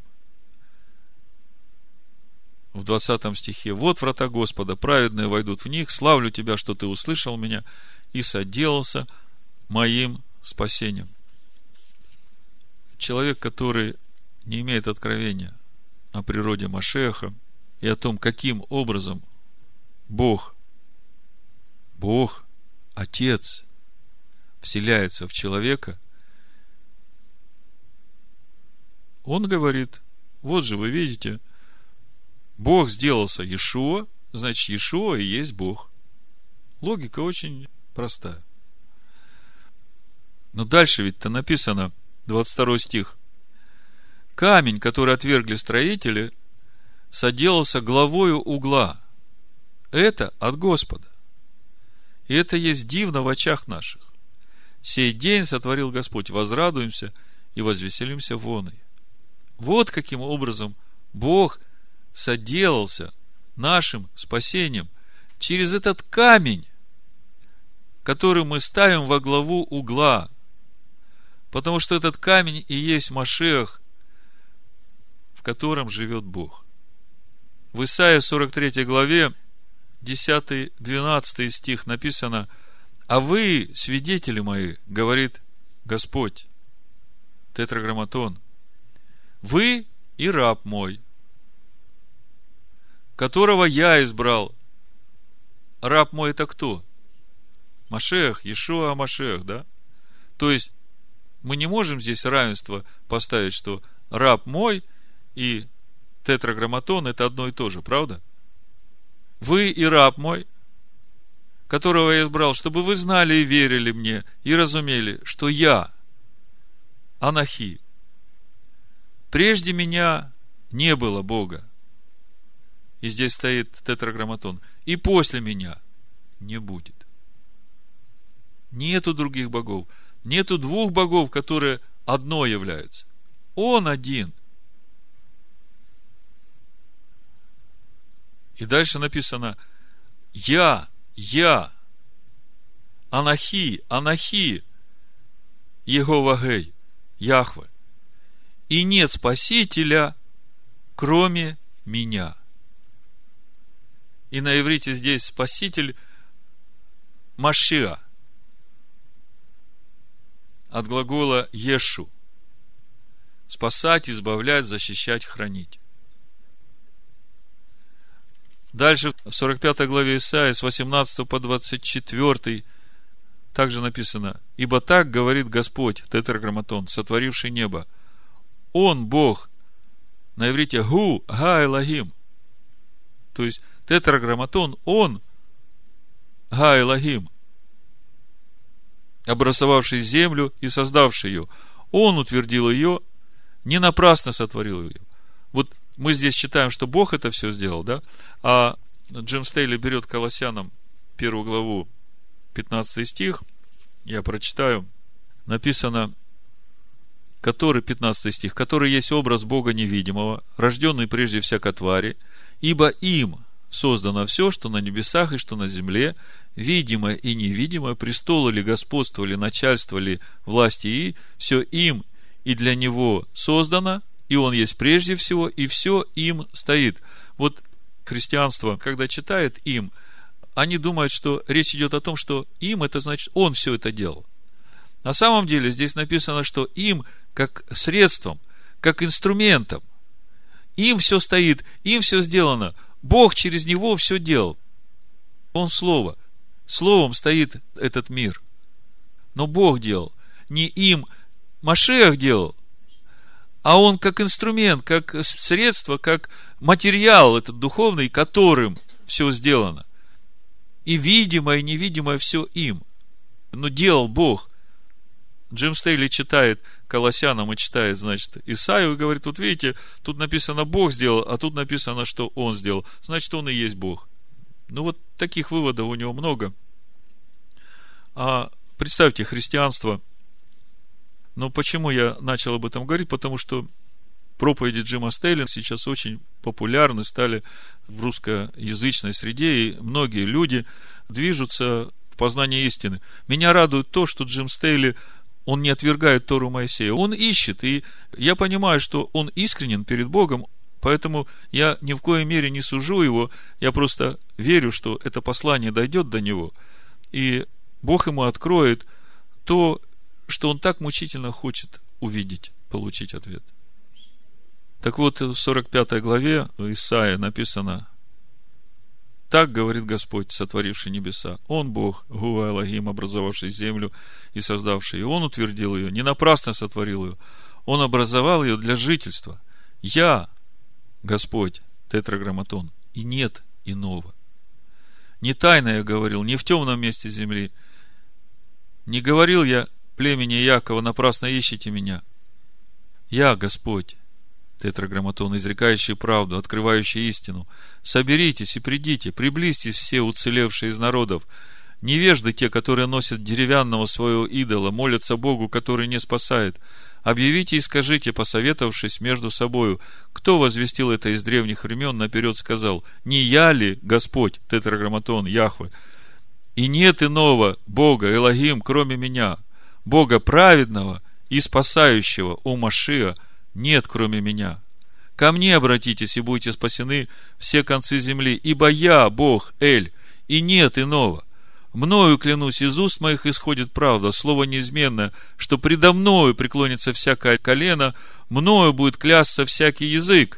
S1: В 20 стихе. «Вот врата Господа, праведные войдут в них. Славлю Тебя, что Ты услышал меня и соделался моим спасением». Человек, который не имеет откровения о природе Машеха и о том, каким образом Бог, Отец, вселяется в человека, он говорит, вот же вы видите, Бог сделался Иешуа, значит, Иешуа и есть Бог. Логика очень простая. Но дальше ведь-то написано, 22 стих. Камень, который отвергли строители, соделался главою угла. Это от Господа. И это есть дивно в очах наших. Сей день сотворил Господь, возрадуемся и возвеселимся воной. Вот каким образом Бог соделался нашим спасением через этот камень, который мы ставим во главу угла. Потому что этот камень и есть Машиах, в котором живет Бог. В Исаии 43 главе 10-12 стих написано: «А вы, свидетели мои, говорит Господь», тетраграмматон, «вы и раб мой, которого я избрал». Раб мой это кто? Машиах, Иешуа Машиах, да? То есть, мы не можем здесь равенство поставить, что раб мой и тетраграмматон это одно и то же, правда? Вы и раб мой, которого я избрал, чтобы вы знали и верили мне, и разумели, что я, Анахи, прежде меня не было Бога. И здесь стоит тетраграмматон. И после меня не будет. Нету других богов. Нету двух богов, которые одно являются. Он один. И дальше написано: Я, Анахи, Егова Гей, Яхве. и нет спасителя, кроме меня. И на иврите здесь спаситель Машиа. От глагола Ешу. Спасать, избавлять, защищать, хранить. Дальше в 45 главе Исаии с 18 по 24 также написано: «Ибо так говорит Господь, тетраграмматон, сотворивший небо. Он Бог». На иврите Гу, Га Элохим. То есть тетраграмматон, Он Га Элохим, образовавший землю и создавший ее. Он утвердил ее, не напрасно сотворил ее. Вот мы здесь читаем, что Бог это все сделал, да? А Джим Стейли берет Колоссянам 1 главу 15 стих, я прочитаю, написано, который, 15 стих, который есть образ Бога невидимого, рожденный прежде всякой твари, ибо им создано все, что на небесах и что на земле, видимое и невидимое, престолы ли, господство ли, начальство ли, власти и все им и для него создано, и он есть прежде всего, и все им стоит. Вот христианство, когда читает им, они думают, что речь идет о том, что им это значит, он все это делал. На самом деле здесь написано, что им как средством, как инструментом, им все стоит, им все сделано. Бог через него все делал. Он Слово. Словом стоит этот мир. Но Бог делал. Не им Машиах делал, а он как инструмент, как средство, как материал этот духовный, которым все сделано. И видимое, и невидимое все им. Но делал Бог. Джим Стейли читает Колоссянам и читает, значит, Исаию и говорит: вот видите, тут написано Бог сделал, а тут написано, что Он сделал. Значит, Он и есть Бог. Ну вот таких выводов у него много. А представьте, христианство. Но почему я начал об этом говорить? Потому что проповеди Джима Стейли сейчас очень популярны, стали в русскоязычной среде, и многие люди движутся в познании истины. Меня радует то, что Джим Стейли, он не отвергает Тору Моисея, он ищет, и я понимаю, что он искренен перед Богом, поэтому я ни в коей мере не сужу его, я просто верю, что это послание дойдет до него, и Бог ему откроет то, что он так мучительно хочет увидеть, получить ответ. Так вот, в 45 главе Исаии написано: так говорит Господь, сотворивший небеса. Он Бог, Гуа Элохим, образовавший землю и создавший ее. Он утвердил ее, не напрасно сотворил ее. Он образовал ее для жительства. Я, Господь, тетраграмматон, и нет иного. Не тайно я говорил, не в темном месте земли. Не говорил я племени Якова: напрасно ищите меня. Я, Господь, тетраграмматон, изрекающий правду, открывающий истину. Соберитесь и придите, приблизьтесь все уцелевшие из народов. Невежды те, которые носят деревянного своего идола, молятся Богу, который не спасает. Объявите и скажите, посоветовавшись между собою, кто возвестил это из древних времен, наперед сказал: не я ли, Господь, тетраграмматон, Яхве? И нет иного Бога, Элохим, кроме меня, Бога праведного и спасающего, у Машиа, нет, кроме меня. Ко мне обратитесь, и будете спасены все концы земли, ибо я, Бог, Эль, и нет иного. Мною, клянусь, из уст моих исходит правда, слово неизменное, что предо мною преклонится всякое колено, мною будет клясться всякий язык.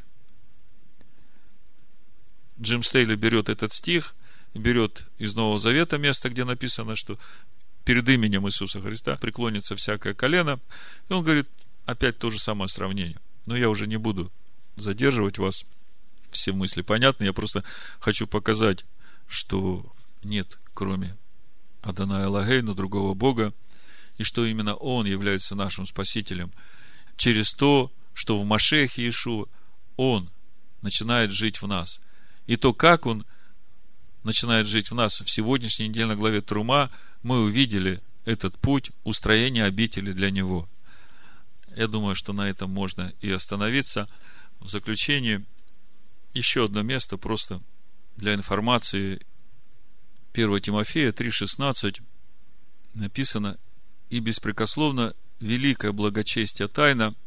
S1: Джим Стейли берет этот стих, берет из Нового Завета место, где написано, что перед именем Иисуса Христа преклонится всякое колено, и он говорит опять то же самое сравнение. Но я уже не буду задерживать вас, все мысли понятны, я просто хочу показать, что нет, кроме Адонай Элогейну, другого Бога, и что именно Он является нашим Спасителем через то, что в Машиахе Иешуа Он начинает жить в нас. И то, как Он начинает жить в нас, в сегодняшней недельной главе Трума мы увидели этот путь устроения обители для Него. Я думаю, что на этом можно и остановиться. В заключение еще одно место просто для информации. 1 Тимофея 3,16 написано: и беспрекословно великое благочестие тайна,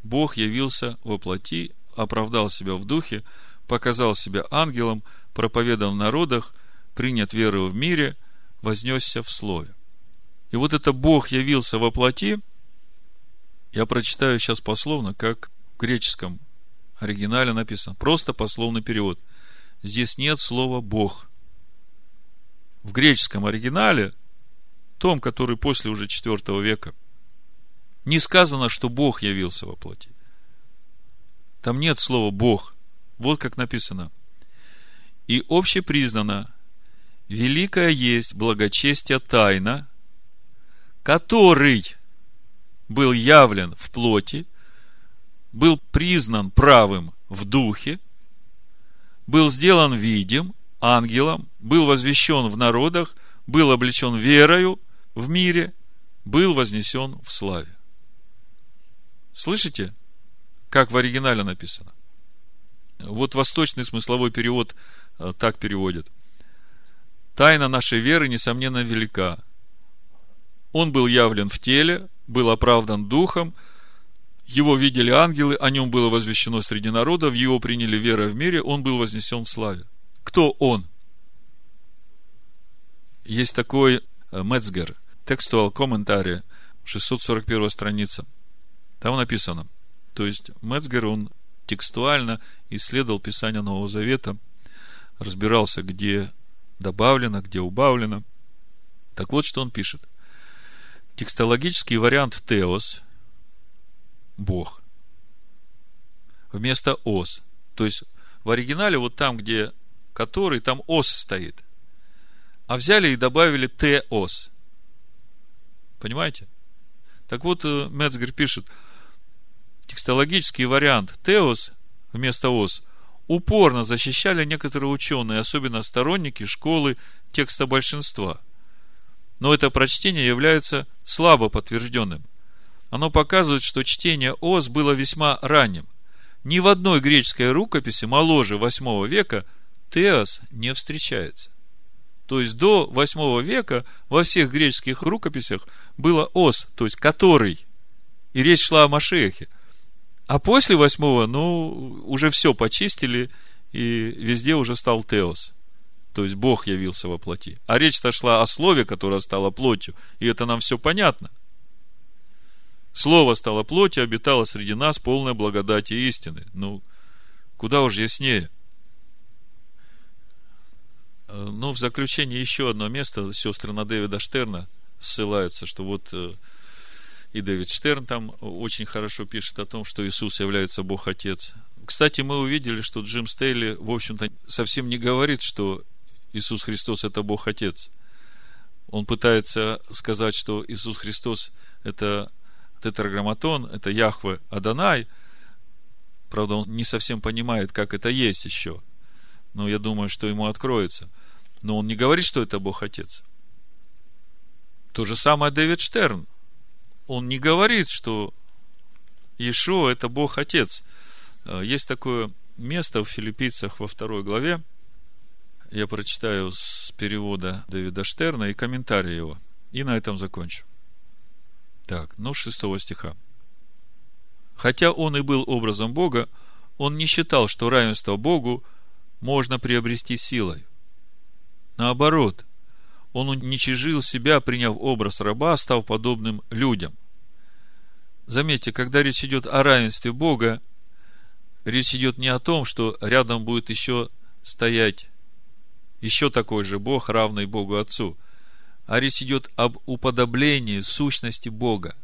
S1: Бог явился во плоти, оправдал себя в духе, показал себя ангелом, проповедовал в народах, принят верою в мире, вознесся в славе. И вот это Бог явился во плоти, я прочитаю сейчас пословно, как в греческом оригинале написано. Просто пословный перевод. Здесь нет слова «Бог». В греческом оригинале, том, который после уже IV века, не сказано, что Бог явился во плоти. Там нет слова «Бог». Вот как написано. И общепризнано, великая есть благочестие тайна, который был явлен в плоти, был признан правым в духе, был сделан видим ангелом, был возвещен в народах, был облечен верою в мире, был вознесен в славе. Слышите, как в оригинале написано? Вот восточный смысловой перевод так переводит. Тайна нашей веры, несомненно, велика. Он был явлен в теле, был оправдан духом, его видели ангелы, о нем было возвещено среди народов, его приняли верой в мире, он был вознесен в славе. Кто он? Есть такой Мецгер, Textual Commentary, 641 страница. Там написано, то есть Мецгер, он текстуально исследовал Писание Нового Завета, разбирался, где добавлено, где убавлено. Так вот, что он пишет. Текстологический вариант «теос» – Бог. Вместо «ос». То есть, в оригинале, вот там, где «который», там «ос» стоит. А взяли и добавили «теос». Понимаете? Так вот, Мецгер пишет, текстологический вариант «теос» вместо «ос» упорно защищали некоторые ученые, особенно сторонники школы текста большинства. Но это прочтение является слабо подтвержденным. Оно показывает, что чтение «ос» было весьма ранним. Ни в одной греческой рукописи моложе 8 века «теос» не встречается. То есть до 8 века во всех греческих рукописях было «ос», то есть «который». И речь шла о Машиахе. А после 8-го, уже все почистили, и везде уже стал «теос». То есть Бог явился во плоти. А речь-то шла о Слове, которое стало плотью. И это нам все понятно. Слово стало плотью, обитало среди нас, полное благодати и истины. Куда уж яснее. В заключение еще одно место. Сестры на Дэвида Штерна ссылаются, что вот и Дэвид Штерн там очень хорошо пишет о том, что Иисус является Бог Отец. Кстати, мы увидели, что Джим Стейли, в общем-то, совсем не говорит, что Иисус Христос это Бог Отец. Он пытается сказать, что Иисус Христос это тетраграмматон, это Яхве Адонай. Правда, он не совсем понимает, как это есть еще. Но я думаю, что ему откроется. Но он не говорит, что это Бог Отец. То же самое Дэвид Штерн. Он не говорит, что Иешуа это Бог Отец. Есть такое место в Филиппийцах во 2 главе. Я прочитаю с перевода Дэвида Штерна и комментария его. И на этом закончу. Так, 6 стиха. Хотя он и был образом Бога, он не считал, что равенство Богу можно приобрести силой. Наоборот, он уничижил себя, приняв образ раба, став подобным людям. Заметьте, когда речь идет о равенстве Бога, речь идет не о том, что рядом будет еще стоять еще такой же Бог, равный Богу Отцу, а речь идет об уподоблении сущности Бога.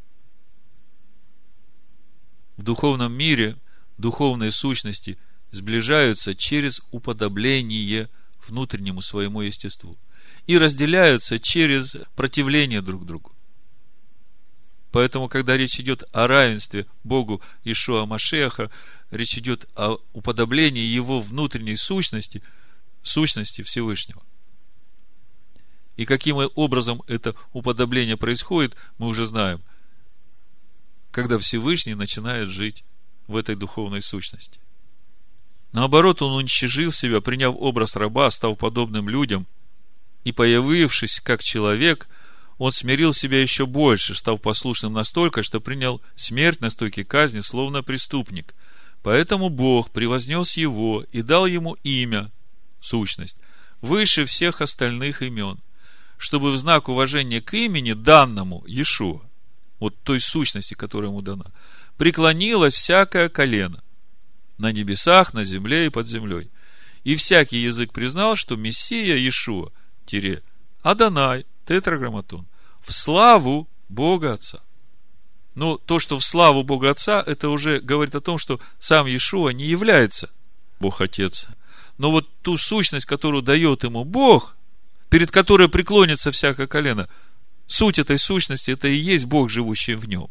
S1: В духовном мире духовные сущности сближаются через уподобление внутреннему своему естеству и разделяются через противление друг другу. Поэтому, когда речь идет о равенстве Богу Иешуа Машиаха, речь идет о уподоблении его внутренней сущности Всевышнего. И каким образом это уподобление происходит, мы уже знаем. Когда Всевышний начинает жить в этой духовной сущности. Наоборот, он уничижил себя, приняв образ раба, став подобным людям, и, появившись как человек, Он смирил себя еще больше, став послушным настолько, что принял смерть на стойке казни, словно преступник. Поэтому Бог превознес его и дал ему имя, сущность, выше всех остальных имен, чтобы в знак уважения к имени, данному Иешуа, вот той сущности, которая ему дана, преклонилось всякое колено на небесах, на земле и под землей. И всякий язык признал, что Мессия Иешуа, Адонай, тетраграмматон, в славу Бога Отца. Но то, что в славу Бога Отца, это уже говорит о том, что сам Иешуа не является Бог Отец. Но вот ту сущность, которую дает ему Бог, перед которой преклонится всякое колено, суть этой сущности, это и есть Бог, живущий в нем.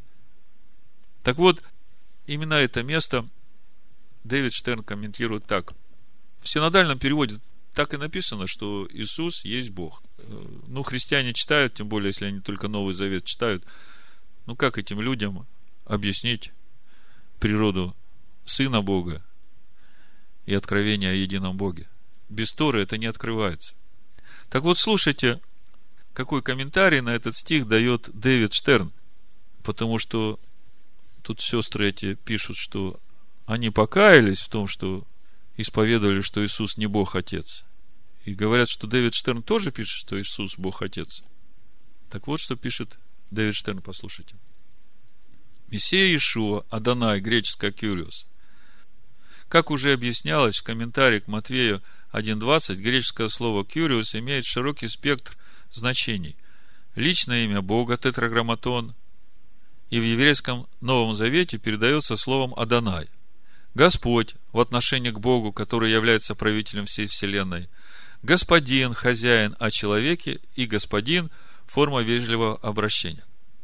S1: Так вот, именно это место Дэвид Штерн комментирует так. В синодальном переводе так и написано, что Иисус есть Бог. Ну, христиане читают, тем более, если они только Новый Завет читают. Ну, как этим людям объяснить природу Сына Бога и откровение о едином Боге? Без Торы это не открывается. Так вот, слушайте, какой комментарий на этот стих дает Дэвид Штерн. Потому что тут сестры эти пишут, что они покаялись в том, что исповедовали, что Иисус не Бог Отец. И говорят, что Дэвид Штерн тоже пишет, что Иисус Бог Отец. Так вот, что пишет Дэвид Штерн, послушайте. Мессия Иешуа, Адонай, греческое «кюриос». Как уже объяснялось в комментарии к Матвею 1.20, греческое слово «кюриос» имеет широкий спектр значений. Личное имя Бога, тетраграмматон, и в еврейском Новом Завете передается словом Адонай. Господь в отношении к Богу, который является правителем всей вселенной. Господин, хозяин о человеке, и господин – форма вежливого обращения.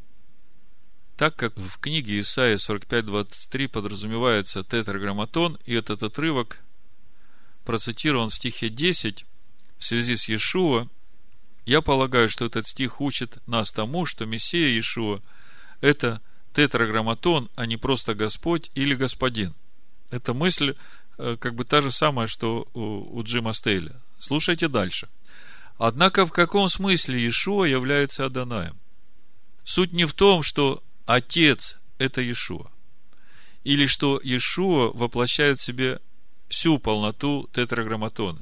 S1: Так как в книге Исаии 45:23 подразумевается тетраграмматон, и этот отрывок процитирован в стихе 10 в связи с Иешуа, я полагаю, что этот стих учит нас тому, что Мессия Иешуа – это тетраграмматон, а не просто Господь или Господин. Эта мысль как бы та же самая, что у Джима Стейля. Слушайте дальше. Однако в каком смысле Иешуа является Адонаем? Суть не в том, что Отец – это Иешуа, или что Иешуа воплощает в себе всю полноту тетраграмматона.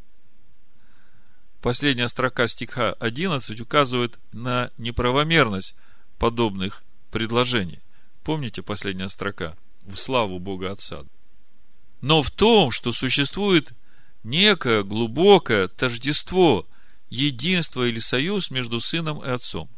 S1: Последняя строка стиха 11 указывает на неправомерность подобных предложений. Помните последняя строка? В славу Бога Отца. Но в том, что существует некое глубокое тождество, единство или союз между Сыном и Отцом.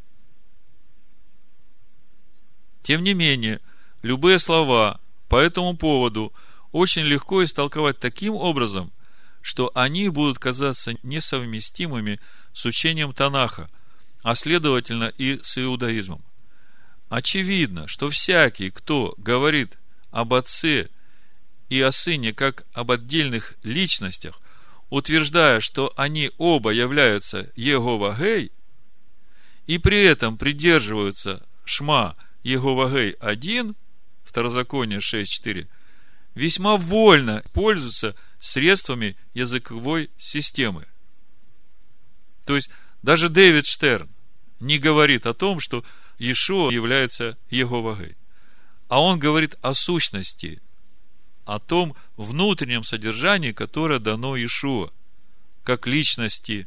S1: Тем не менее, любые слова по этому поводу очень легко истолковать таким образом, что они будут казаться несовместимыми с учением Танаха, а следовательно и с иудаизмом. Очевидно, что всякий, кто говорит об Отце и о Сыне как об отдельных личностях, утверждая, что они оба являются Егова Гей, и при этом придерживаются Шма Егова Гей 1, Второзаконие 6.4, весьма вольно пользуются средствами языковой системы. То есть, даже Дэвид Штерн не говорит о том, что Иешуа является Егова Гей, а он говорит о сущности, о том внутреннем содержании, которое дано Иешуа, как личности.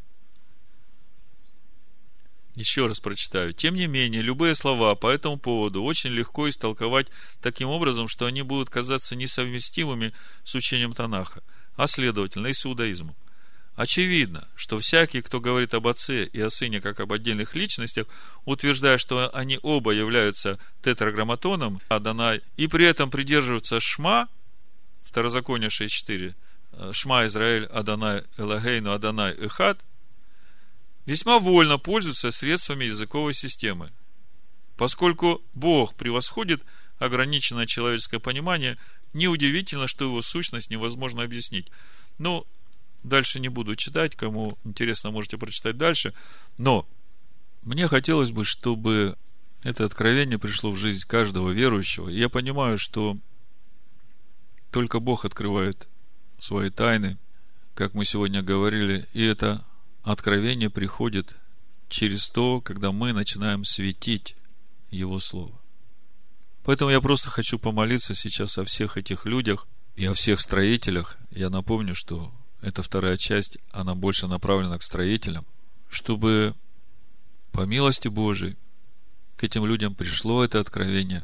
S1: Еще раз прочитаю. Тем не менее, любые слова по этому поводу очень легко истолковать таким образом, что они будут казаться несовместимыми с учением Танаха, а следовательно и с иудаизмом. Очевидно, что всякий, кто говорит об Отце и о Сыне как об отдельных личностях, утверждая, что они оба являются тетраграмматоном, Адонай, и при этом придерживаются Шма, Второзаконие 6.4, Шма Израиль, Адонай Элогейну, Адонай Эхад, весьма вольно пользуются средствами языковой системы. Поскольку Бог превосходит ограниченное человеческое понимание, неудивительно, что его сущность невозможно объяснить. Но дальше не буду читать, кому интересно, можете прочитать дальше. Но мне хотелось бы, чтобы это откровение пришло в жизнь каждого верующего. И я понимаю, что только Бог открывает свои тайны, как мы сегодня говорили, и это откровение приходит через то, когда мы начинаем светить Его Слово. Поэтому я просто хочу помолиться сейчас о всех этих людях и о всех строителях. Я напомню, что эта вторая часть, она больше направлена к строителям, чтобы по милости Божией к этим людям пришло это откровение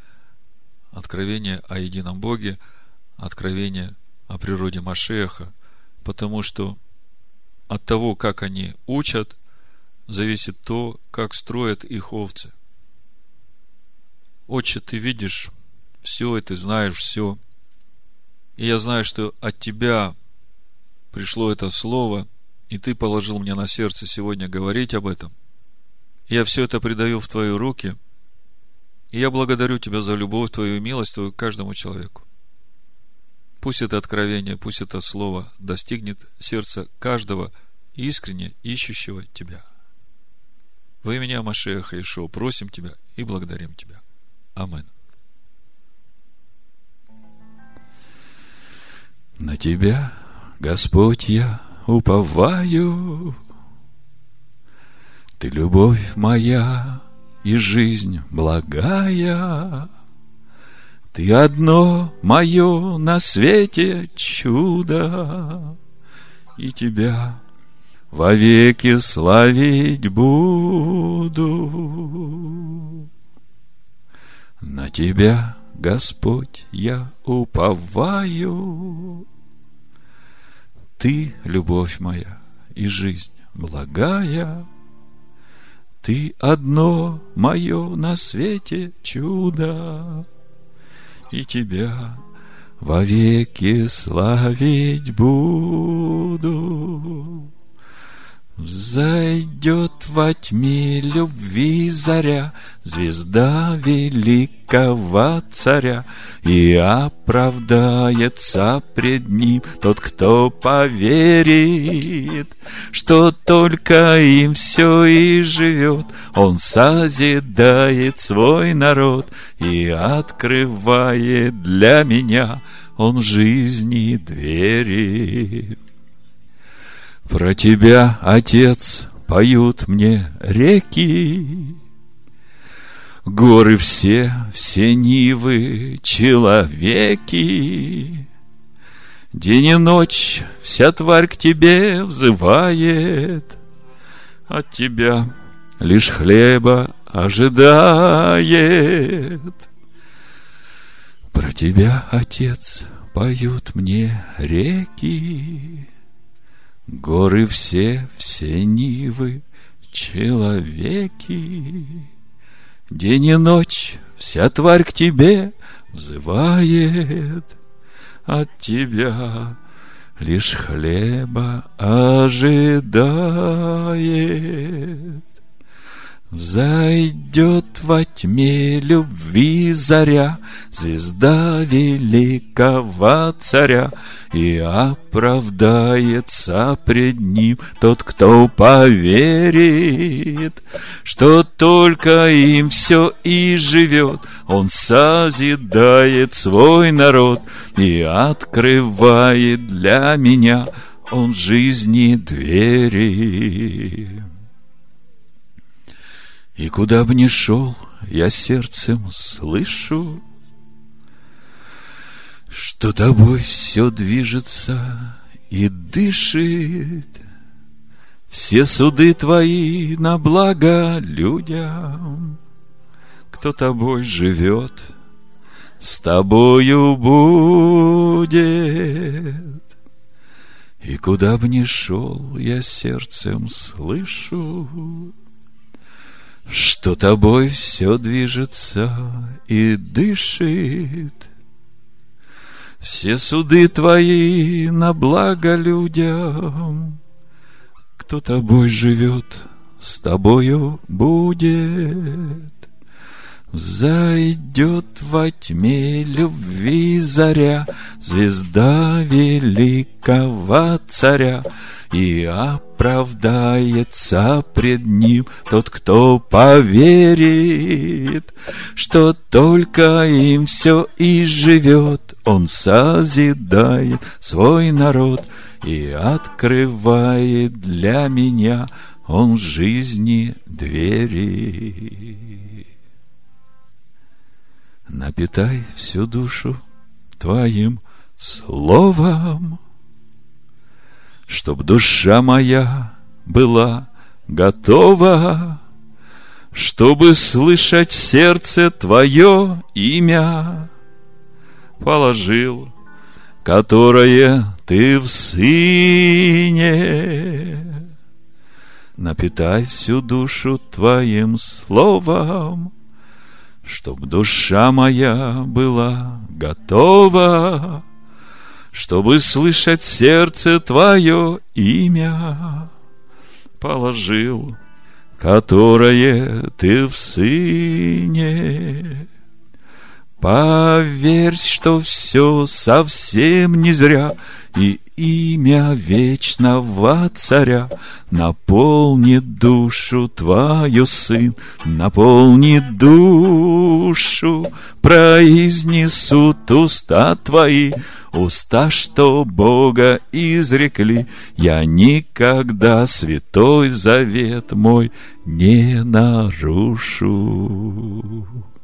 S1: о едином Боге, откровение о природе Машиаха, потому что от того, как они учат, зависит то, как строят их овцы. Отче, ты видишь все, и ты знаешь все. И я знаю, что от тебя пришло это слово, и ты положил мне на сердце сегодня говорить об этом. И я все это предаю в твои руки, и я благодарю тебя за любовь твою и милость твою к каждому человеку. Пусть это откровение, пусть это слово достигнет сердца каждого искренне ищущего тебя. Во имя Машиаха Иешуа просим тебя и благодарим тебя. Амин.
S2: На тебя, Господь, я уповаю. Ты любовь моя и жизнь благая. Ты одно мое на свете чудо, и тебя вовеки славить буду. На тебя, Господь, я уповаю. Ты любовь моя и жизнь благая. Ты одно мое на свете чудо, и тебя вовеки славить буду. Взойдет во тьме любви заря, звезда великого царя, и оправдается пред ним тот, кто поверит, что только им все и живет. Он созидает свой народ и открывает для меня он жизни двери. Про тебя, Отец, поют мне реки, горы все нивы, человеки. День и ночь вся тварь к тебе взывает, от тебя лишь хлеба ожидает. Про тебя, Отец, поют мне реки, горы все нивы, человеки. День и ночь вся тварь к тебе взывает, от тебя лишь хлеба ожидает. Взойдет во тьме любви заря, звезда великого царя, и оправдается пред ним тот, кто поверит, что только им все и живет. Он созидает свой народ и открывает для меня он жизни двери. И куда бы ни шел, я сердцем слышу, что тобой все движется и дышит. Все суды твои на благо людям. Кто тобой живет, с тобою будет. И куда бы ни шел, я сердцем слышу, что тобой все движется и дышит. Все суды твои на благо людям. Кто тобой живет, с тобою будет. Взойдет во тьме любви заря, звезда великого царя, и оправдается пред ним тот, кто поверит, что только им все и живет. Он созидает свой народ и открывает для меня Он жизни двери. Напитай всю душу Твоим словом, чтоб душа моя была готова, чтобы слышать в сердце Твое имя. Положил, которое Ты в Сыне. Напитай всю душу Твоим словом, чтоб душа моя была готова, чтобы слышать в сердце Твое имя. Положил, которое Ты в Сыне. Поверь, что все совсем не зря, и имя вечного Царя наполнит душу Твою, Сын, наполнит душу. Произнесут уста Твои, уста, что Бога изрекли. Я никогда святой завет мой не нарушу.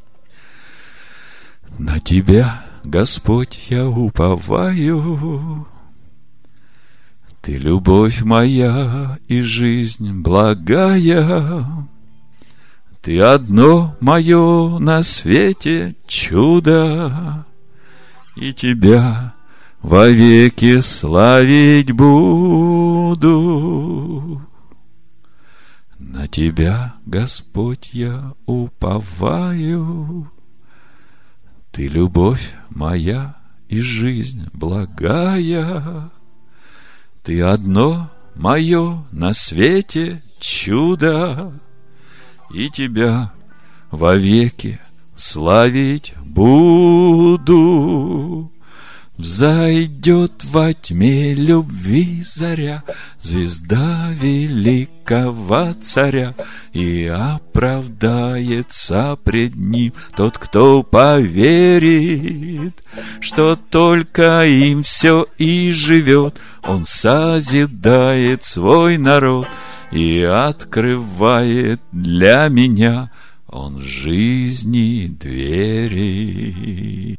S2: На Тебя, Господь, я уповаю. Ты любовь моя и жизнь благая. Ты одно мое на свете чудо, и Тебя вовеки славить буду. На Тебя, Господь, я уповаю. Ты любовь моя и жизнь благая. Ты одно мое на свете чудо, и Тебя вовеки славить буду. Взойдет во тьме любви заря, звезда великого Царя, и оправдается пред Ним тот, кто поверит, что только им все и живет. Он созидает свой народ и открывает для меня Он жизни двери.